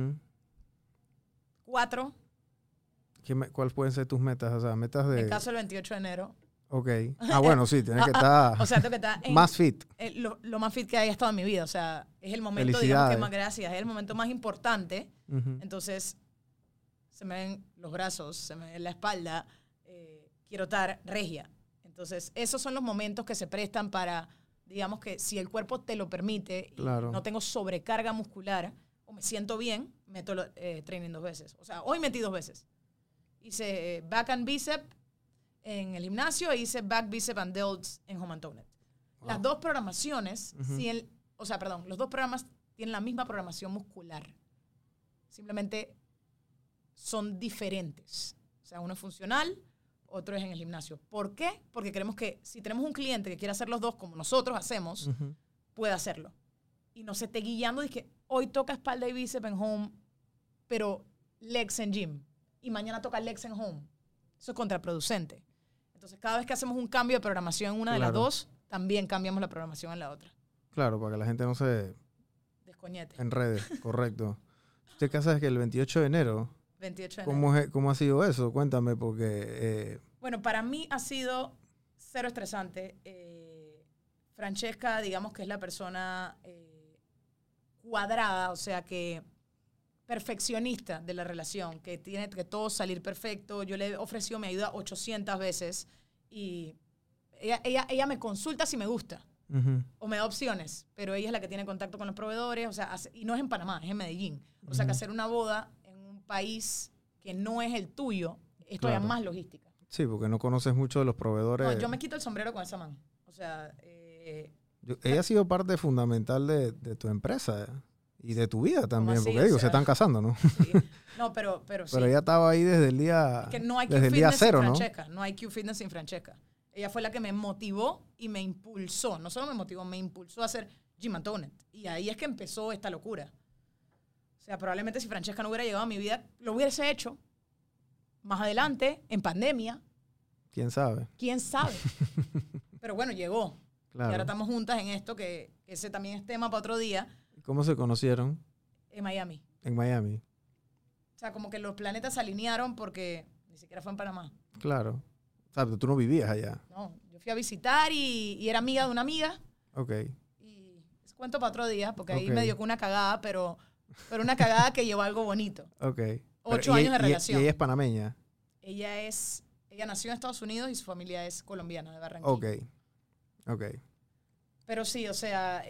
4. ¿Cuáles pueden ser tus metas? O sea, metas de... Me caso el 28 de enero. Ok. Bueno, sí, tienes que estar, o sea, tengo que estar más fit. Lo más fit que haya estado en mi vida. O sea, es el momento, digamos que más gracias, es el momento más importante. Entonces, se me ven los brazos, se me ve la espalda. Quiero estar regia. Entonces, esos son los momentos que se prestan para, digamos que si el cuerpo te lo permite y no tengo sobrecarga muscular o me siento bien, meto training 2 veces. O sea, hoy metí 2 veces. Hice back and bicep en el gimnasio e hice back, bicep and delts en Home and Toned. Wow. Las 2 programaciones, los 2 programas tienen la misma programación muscular. Simplemente son diferentes. O sea, uno es funcional, otro es en el gimnasio. ¿Por qué? Porque queremos que si tenemos un cliente que quiere hacer los 2 como nosotros hacemos, pueda hacerlo. Y no se esté guiando de que hoy toca espalda y bíceps en home, pero legs en gym. Y mañana toca legs en home. Eso es contraproducente. Entonces, cada vez que hacemos un cambio de programación en una de las 2, también cambiamos la programación en la otra. Claro, para que la gente no se... descoñete. Enrede, correcto. ¿Usted casa es que el 28 de enero? 28 de enero. ¿Cómo ha sido eso? Cuéntame, porque... Bueno, para mí ha sido 0 estresante. Francesca, digamos que es la persona cuadrada, o sea que perfeccionista de la relación, que tiene que todo salir perfecto. Yo le he ofrecido mi ayuda 800 veces y ella me consulta si me gusta. o me da opciones, pero ella es la que tiene contacto con los proveedores, o sea, y no es en Panamá, es en Medellín. O sea, que hacer una boda en un país que no es el tuyo es todavía más logística. Sí, porque no conoces mucho de los proveedores. No, yo me quito el sombrero con esa man. O sea... ella ha sido parte fundamental de tu empresa y de tu vida también, así? porque digo, se están casando, ¿no? Sí. No, pero sí. Pero ella estaba ahí desde el día, es que no hay desde el día cero, ¿no? No hay Q Fitness sin Francesca. Ella fue la que me motivó y me impulsó. No solo me motivó, me impulsó a hacer Gym and Tonet. Y ahí es que empezó esta locura. O sea, probablemente si Francesca no hubiera llegado a mi vida, lo hubiese hecho más adelante, en pandemia. ¿Quién sabe? ¿Quién sabe? Pero bueno, llegó. Claro. Y ahora estamos juntas en esto, que ese también es tema para otro día. ¿Cómo se conocieron? En Miami. En Miami. O sea, como que los planetas se alinearon porque ni siquiera fue en Panamá. Claro. O sea, tú no vivías allá. No, yo fui a visitar y era amiga de una amiga. Ok. Y es cuento para otro día, porque ahí me dio con una cagada, pero una cagada que llevó algo bonito. Ok. 8 años de relación. ¿Y ella es panameña? Ella nació en Estados Unidos y su familia es colombiana, de Barranquilla. Ok. Pero sí, o sea,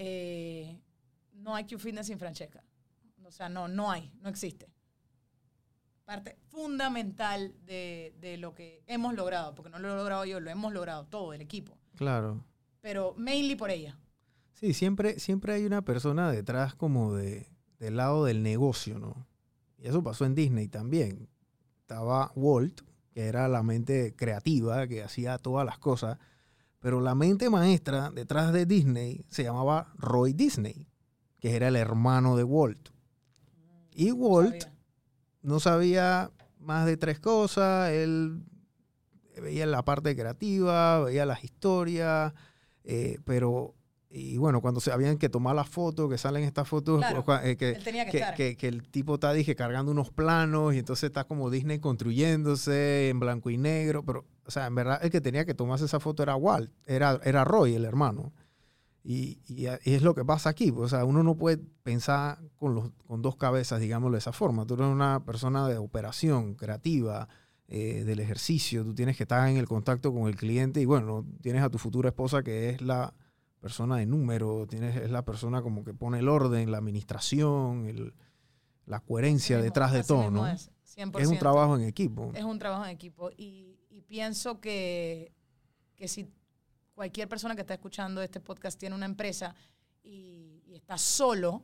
no hay Q Fitness sin Francesca. O sea, no existe. Parte fundamental de lo que hemos logrado, porque no lo he logrado yo, lo hemos logrado todo, el equipo. Claro. Pero mainly por ella. Sí, siempre hay una persona detrás como del lado del negocio, ¿no? Y eso pasó en Disney también. Estaba Walt, que era la mente creativa, que hacía todas las cosas, pero la mente maestra detrás de Disney se llamaba Roy Disney, que era el hermano de Walt. Y Walt no sabía más de 3 cosas. Él veía la parte creativa, veía las historias, pero... Y bueno, cuando se habían que tomar las fotos, que salen estas fotos, claro, él tenía que estar. Que el tipo está, dije, cargando unos planos y entonces está como Disney construyéndose en blanco y negro. Pero, o sea, en verdad el que tenía que tomarse esa foto era Walt, era Roy, el hermano. Y es lo que pasa aquí. O sea, uno no puede pensar con 2 cabezas, digámoslo de esa forma. Tú eres una persona de operación, creativa, del ejercicio. Tú tienes que estar en el contacto con el cliente y bueno, tienes a tu futura esposa que es la persona de número, es la persona como que pone el orden, la administración, la coherencia detrás de todo, ¿no? Es 100%. Es un trabajo en equipo. Es un trabajo en equipo y pienso que si cualquier persona que está escuchando este podcast tiene una empresa y está solo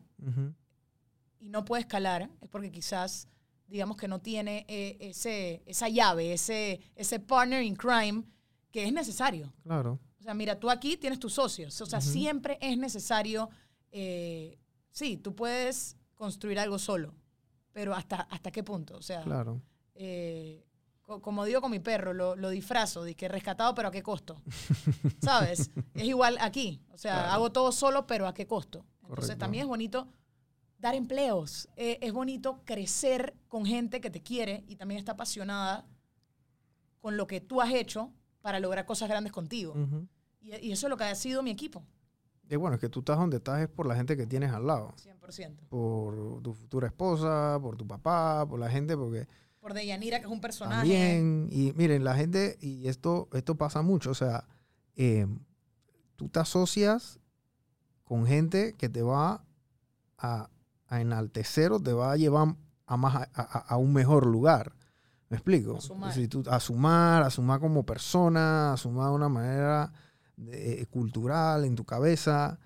y no puede escalar, es porque quizás, digamos que no tiene esa llave, ese partner in crime que es necesario. Claro. O sea, mira, tú aquí tienes tus socios. O sea, siempre es necesario... sí, tú puedes construir algo solo, pero ¿hasta qué punto? O sea, claro. Como digo con mi perro, lo disfrazo, de que rescatado, pero ¿a qué costo? ¿Sabes? Es igual aquí. O sea, claro, hago todo solo, pero ¿a qué costo? Entonces, correcto, también es bonito dar empleos. Es bonito crecer con gente que te quiere y también está apasionada con lo que tú has hecho para lograr cosas grandes contigo. Y eso es lo que ha sido mi equipo. Y bueno, es que tú estás donde estás es por la gente que tienes al lado. 100%. Por tu futura esposa, por tu papá, por la gente, porque... Por Deyanira, que es un personaje. También, y miren, la gente, y esto pasa mucho, o sea, tú te asocias con gente que te va a enaltecer o te va a llevar a un mejor lugar. ¿Me explico? A sumar como persona, a sumar de una manera cultural en tu cabeza.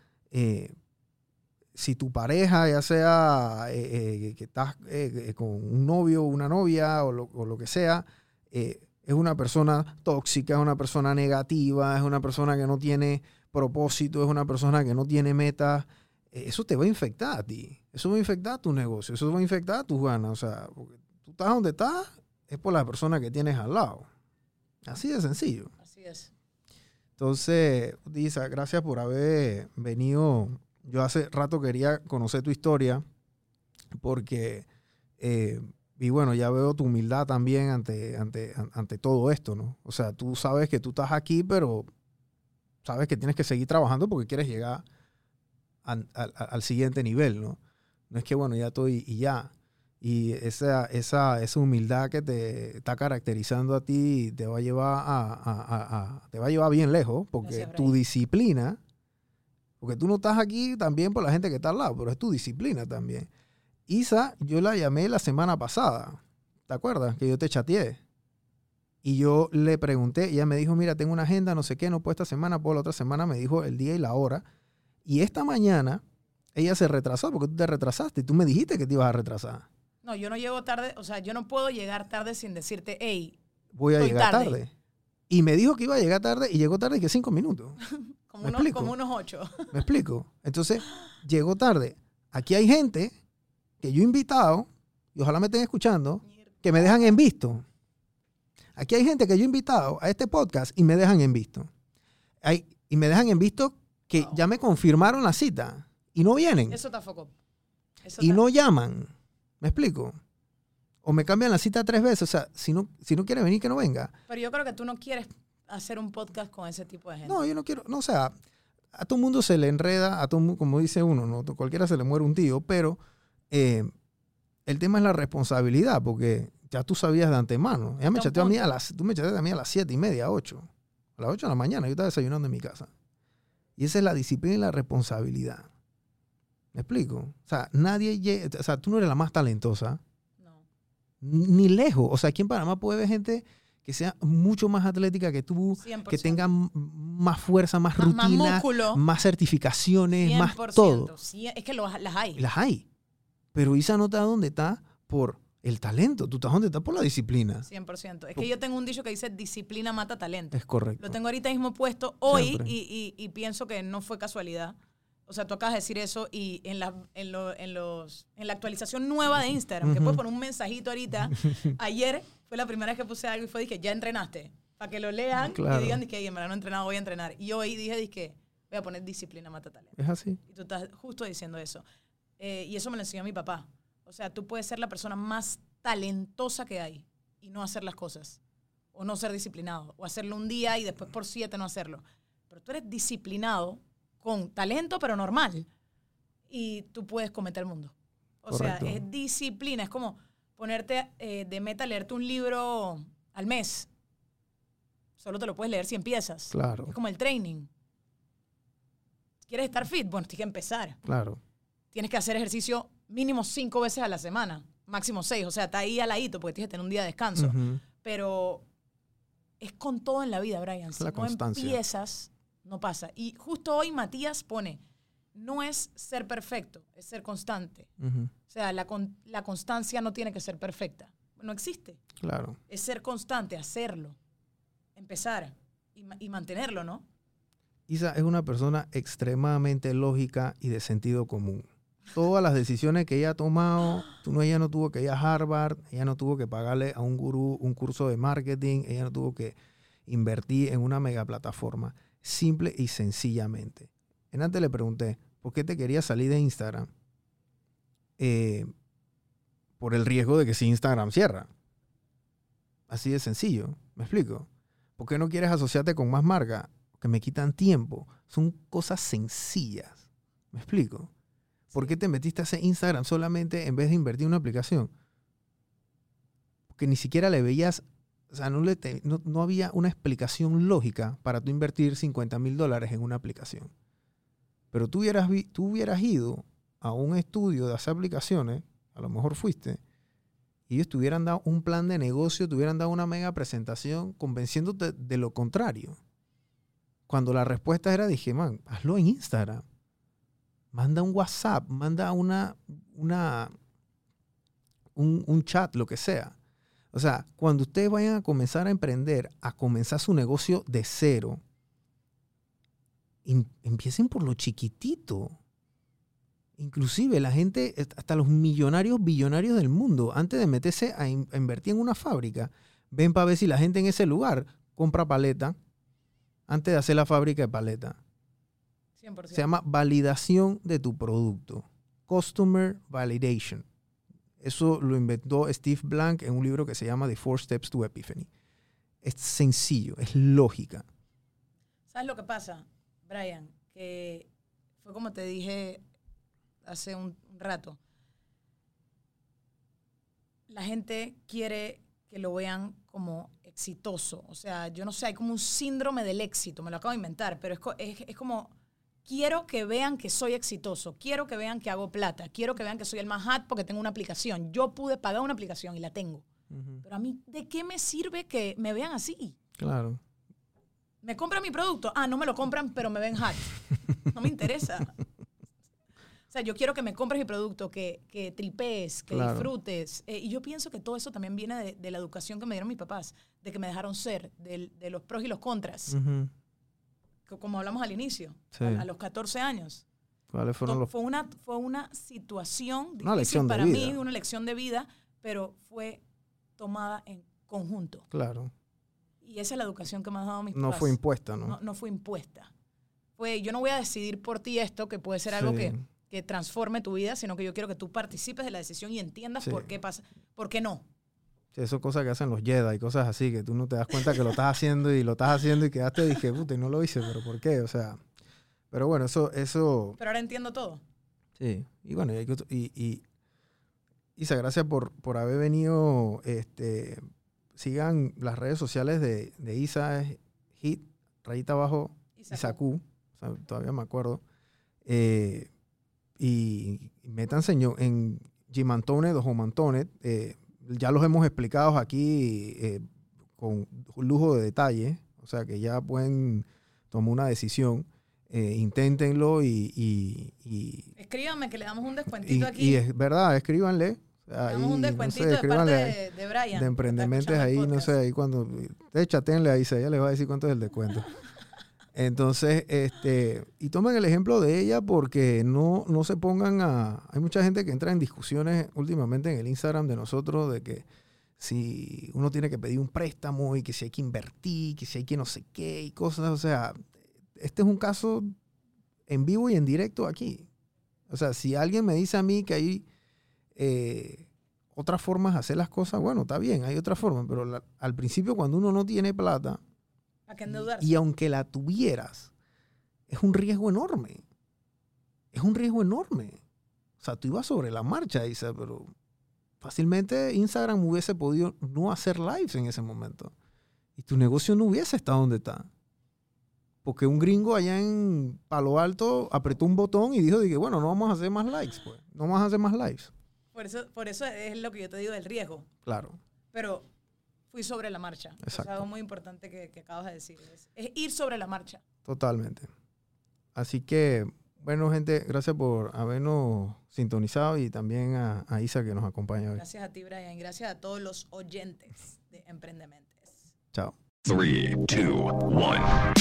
Si tu pareja, ya sea que estás con un novio o una novia o lo que sea, es una persona tóxica, es una persona negativa, es una persona que no tiene propósito, es una persona que no tiene metas, eso te va a infectar a ti. Eso va a infectar tu negocio, eso va a infectar tus ganas. O sea, porque tú estás donde estás, es por la persona que tienes al lado. Así de sencillo. Así es. Entonces, Disa, gracias por haber venido. Yo hace rato quería conocer tu historia porque, y bueno, ya veo tu humildad también ante todo esto, ¿no? O sea, tú sabes que tú estás aquí, pero sabes que tienes que seguir trabajando porque quieres llegar al siguiente nivel, ¿no? No es que, bueno, ya estoy y ya. Y esa humildad que te está caracterizando a ti te va a llevar te va a llevar bien lejos, porque tu disciplina Porque tú no estás aquí también por la gente que está al lado, pero es tu disciplina también. Isa, yo la llamé la semana pasada. ¿Te acuerdas? Que yo te chateé. Y yo le pregunté, ella me dijo, mira, tengo una agenda, no sé qué, no puedo esta semana, puedo la otra semana, me dijo el día y la hora. Y esta mañana ella se retrasó porque tú te retrasaste y tú me dijiste que te ibas a retrasar. No, yo no llego tarde, o sea, yo no puedo llegar tarde sin decirte, hey, voy a llegar tarde. Y me dijo que iba a llegar tarde y llegó tarde que 5 minutos. como unos 8. ¿Me explico? Entonces, llegó tarde. Aquí hay gente que yo he invitado, y ojalá me estén escuchando, que me dejan en visto. Aquí hay gente que yo he invitado a este podcast y me dejan en visto. Y me dejan en visto que ya me confirmaron la cita y no vienen. Eso está foco. No llaman. ¿Me explico? O me cambian la cita 3 veces. O sea, si no quiere venir, que no venga. Pero yo creo que tú no quieres hacer un podcast con ese tipo de gente. No, yo no quiero. No, o sea, a todo mundo se le enreda, a todo mundo, como dice uno, ¿no? Cualquiera se le muere un tío, pero el tema es la responsabilidad, porque ya tú sabías de antemano. Ella me chateó a mí tú me chateaste a mí a las 7:30, 8. A las 8 de la mañana yo estaba desayunando en mi casa. Y esa es la disciplina y la responsabilidad. ¿Me explico? O sea, tú no eres la más talentosa. No. Ni lejos. O sea, aquí en Panamá puede haber gente que sea mucho más atlética que tú, 100%. que tenga más fuerza, más rutina, más músculo, más certificaciones, 100%. más todo. Sí, es que las hay. Las hay. Pero Isa no está donde está por el talento. Tú estás donde estás por la disciplina. 100%. Es que yo tengo un dicho que dice disciplina mata talento. Es correcto. Lo tengo ahorita mismo puesto hoy Siempre. y pienso que no fue casualidad. O sea, tú acabas de decir eso y en la actualización nueva de Instagram, que puedes poner un mensajito ahorita, ayer fue la primera vez que puse algo y fue, dije, ya entrenaste. Para que lo lean y digan, que en verdad no he entrenado, voy a entrenar. Y hoy dije, voy a poner disciplina mata talento. Es así. Y tú estás justo diciendo eso. Y eso me lo enseñó mi papá. O sea, tú puedes ser la persona más talentosa que hay y no hacer las cosas. O no ser disciplinado. O hacerlo un día y después por 7 no hacerlo. Pero tú eres disciplinado con talento, pero normal. Y tú puedes cometer el mundo. O Correcto. sea, es disciplina. Es como ponerte de meta leerte un libro al mes. Solo te lo puedes leer si empiezas. Claro. Es como el training. ¿Quieres estar fit? Bueno, tienes que empezar. Claro. Tienes que hacer ejercicio mínimo 5 veces a la semana. Máximo 6. O sea, está ahí al ladito porque tienes que tener un día de descanso. Uh-huh. Pero es con todo en la vida, Brian. Si la no constancia. empiezas, no pasa. Y justo hoy Matías pone, no es ser perfecto, es ser constante. Uh-huh. O sea, la constancia no tiene que ser perfecta. No existe. Claro. Es ser constante, hacerlo, empezar y mantenerlo, ¿no? Isa es una persona extremadamente lógica y de sentido común. Todas las decisiones que ella ha tomado, ella no tuvo que ir a Harvard, ella no tuvo que pagarle a un gurú un curso de marketing, ella no tuvo que invertir en una mega plataforma. Simple y sencillamente. Antes le pregunté, ¿por qué te querías salir de Instagram? Por el riesgo de que si Instagram cierra. Así de sencillo, ¿me explico? ¿Por qué no quieres asociarte con más marcas? Que me quitan tiempo. Son cosas sencillas, ¿me explico? ¿Por qué te metiste a ese Instagram solamente en vez de invertir en una aplicación? Porque ni siquiera le veías, o sea, no había una explicación lógica para tú invertir $50,000 en una aplicación. Pero tú hubieras ido a un estudio de hacer aplicaciones, a lo mejor fuiste, y ellos te hubieran dado un plan de negocio, te hubieran dado una mega presentación convenciéndote de lo contrario. Cuando la respuesta era, dije, man, hazlo en Instagram. Manda un WhatsApp, manda un chat, lo que sea. O sea, cuando ustedes vayan a comenzar a emprender, a comenzar su negocio de cero, empiecen por lo chiquitito. Inclusive la gente, hasta los millonarios, billonarios del mundo, antes de meterse a invertir en una fábrica, ven para ver si la gente en ese lugar compra paleta antes de hacer la fábrica de paleta. 100%. Se llama validación de tu producto. Customer Validation. Eso lo inventó Steve Blank en un libro que se llama The 4 Steps to Epiphany. Es sencillo, es lógica. ¿Sabes lo que pasa, Brian? Que fue como te dije hace un rato. La gente quiere que lo vean como exitoso. O sea, yo no sé, hay como un síndrome del éxito. Me lo acabo de inventar, pero es como quiero que vean que soy exitoso, quiero que vean que hago plata, quiero que vean que soy el más hot porque tengo una aplicación. Yo pude pagar una aplicación y la tengo. Pero a mí, ¿de qué me sirve que me vean así? Claro. ¿Me compran mi producto? No me lo compran, pero me ven hot. No me interesa. O sea, yo quiero que me compres mi producto, que tripees, que disfrutes. Y yo pienso que todo eso también viene de la educación que me dieron mis papás, de que me dejaron ser, de los pros y los contras. Como hablamos al inicio, a los 14 años. ¿Cuáles fueron Fue una situación una difícil para mí, una lección de vida, pero fue tomada en conjunto. Claro. Y esa es la educación que me han dado mis papás. No fue impuesta, ¿no? No fue impuesta. Yo no voy a decidir por ti esto, que puede ser algo que transforme tu vida, sino que yo quiero que tú participes de la decisión y entiendas por qué pasa, por qué no. Sí, eso es cosas que hacen los Jedi y cosas así, que tú no te das cuenta que lo estás haciendo y quedaste y dije, puta, y no lo hice, pero ¿por qué? O sea, pero bueno, eso... Pero ahora entiendo todo. Sí, y bueno, Isa, gracias por haber venido. Sigan las redes sociales de Isa, Hit, rayita abajo, Isacu, o sea, todavía me acuerdo. Y métanse en Gimantonet o Homantonet. Ya los hemos explicado aquí con lujo de detalle, o sea que ya pueden tomar una decisión. Inténtenlo y escríbanme que le damos un descuentito aquí. Y es verdad, escríbanle. Le damos un descuentito de parte de Brian. De Emprendementes ahí, no sé, ahí cuando... Chatenle a Isa, ella les va a decir cuánto es el descuento. Entonces, y tomen el ejemplo de ella porque no se pongan a... Hay mucha gente que entra en discusiones últimamente en el Instagram de nosotros de que si uno tiene que pedir un préstamo y que si hay que invertir, que si hay que no sé qué y cosas, o sea... Este es un caso en vivo y en directo aquí. O sea, si alguien me dice a mí que hay otras formas de hacer las cosas, bueno, está bien, hay otras formas, pero al principio cuando uno no tiene plata, ¿a qué endeudarse? Y aunque la tuvieras, es un riesgo enorme. Es un riesgo enorme. O sea, tú ibas sobre la marcha, Isa, pero fácilmente Instagram hubiese podido no hacer lives en ese momento. Y tu negocio no hubiese estado donde está. Porque un gringo allá en Palo Alto apretó un botón y dijo, bueno, no vamos a hacer más likes, pues. No vamos a hacer más lives. Por eso es lo que yo te digo del riesgo. Claro. Pero fui sobre la marcha. Exacto. Es algo muy importante que acabas de decir. Es ir sobre la marcha. Totalmente. Así que, bueno, gente, gracias por habernos sintonizado y también a Isa que nos acompaña hoy. Gracias a ti, Brian. Gracias a todos los oyentes de Emprendementes. Chao. 3, 2, 1.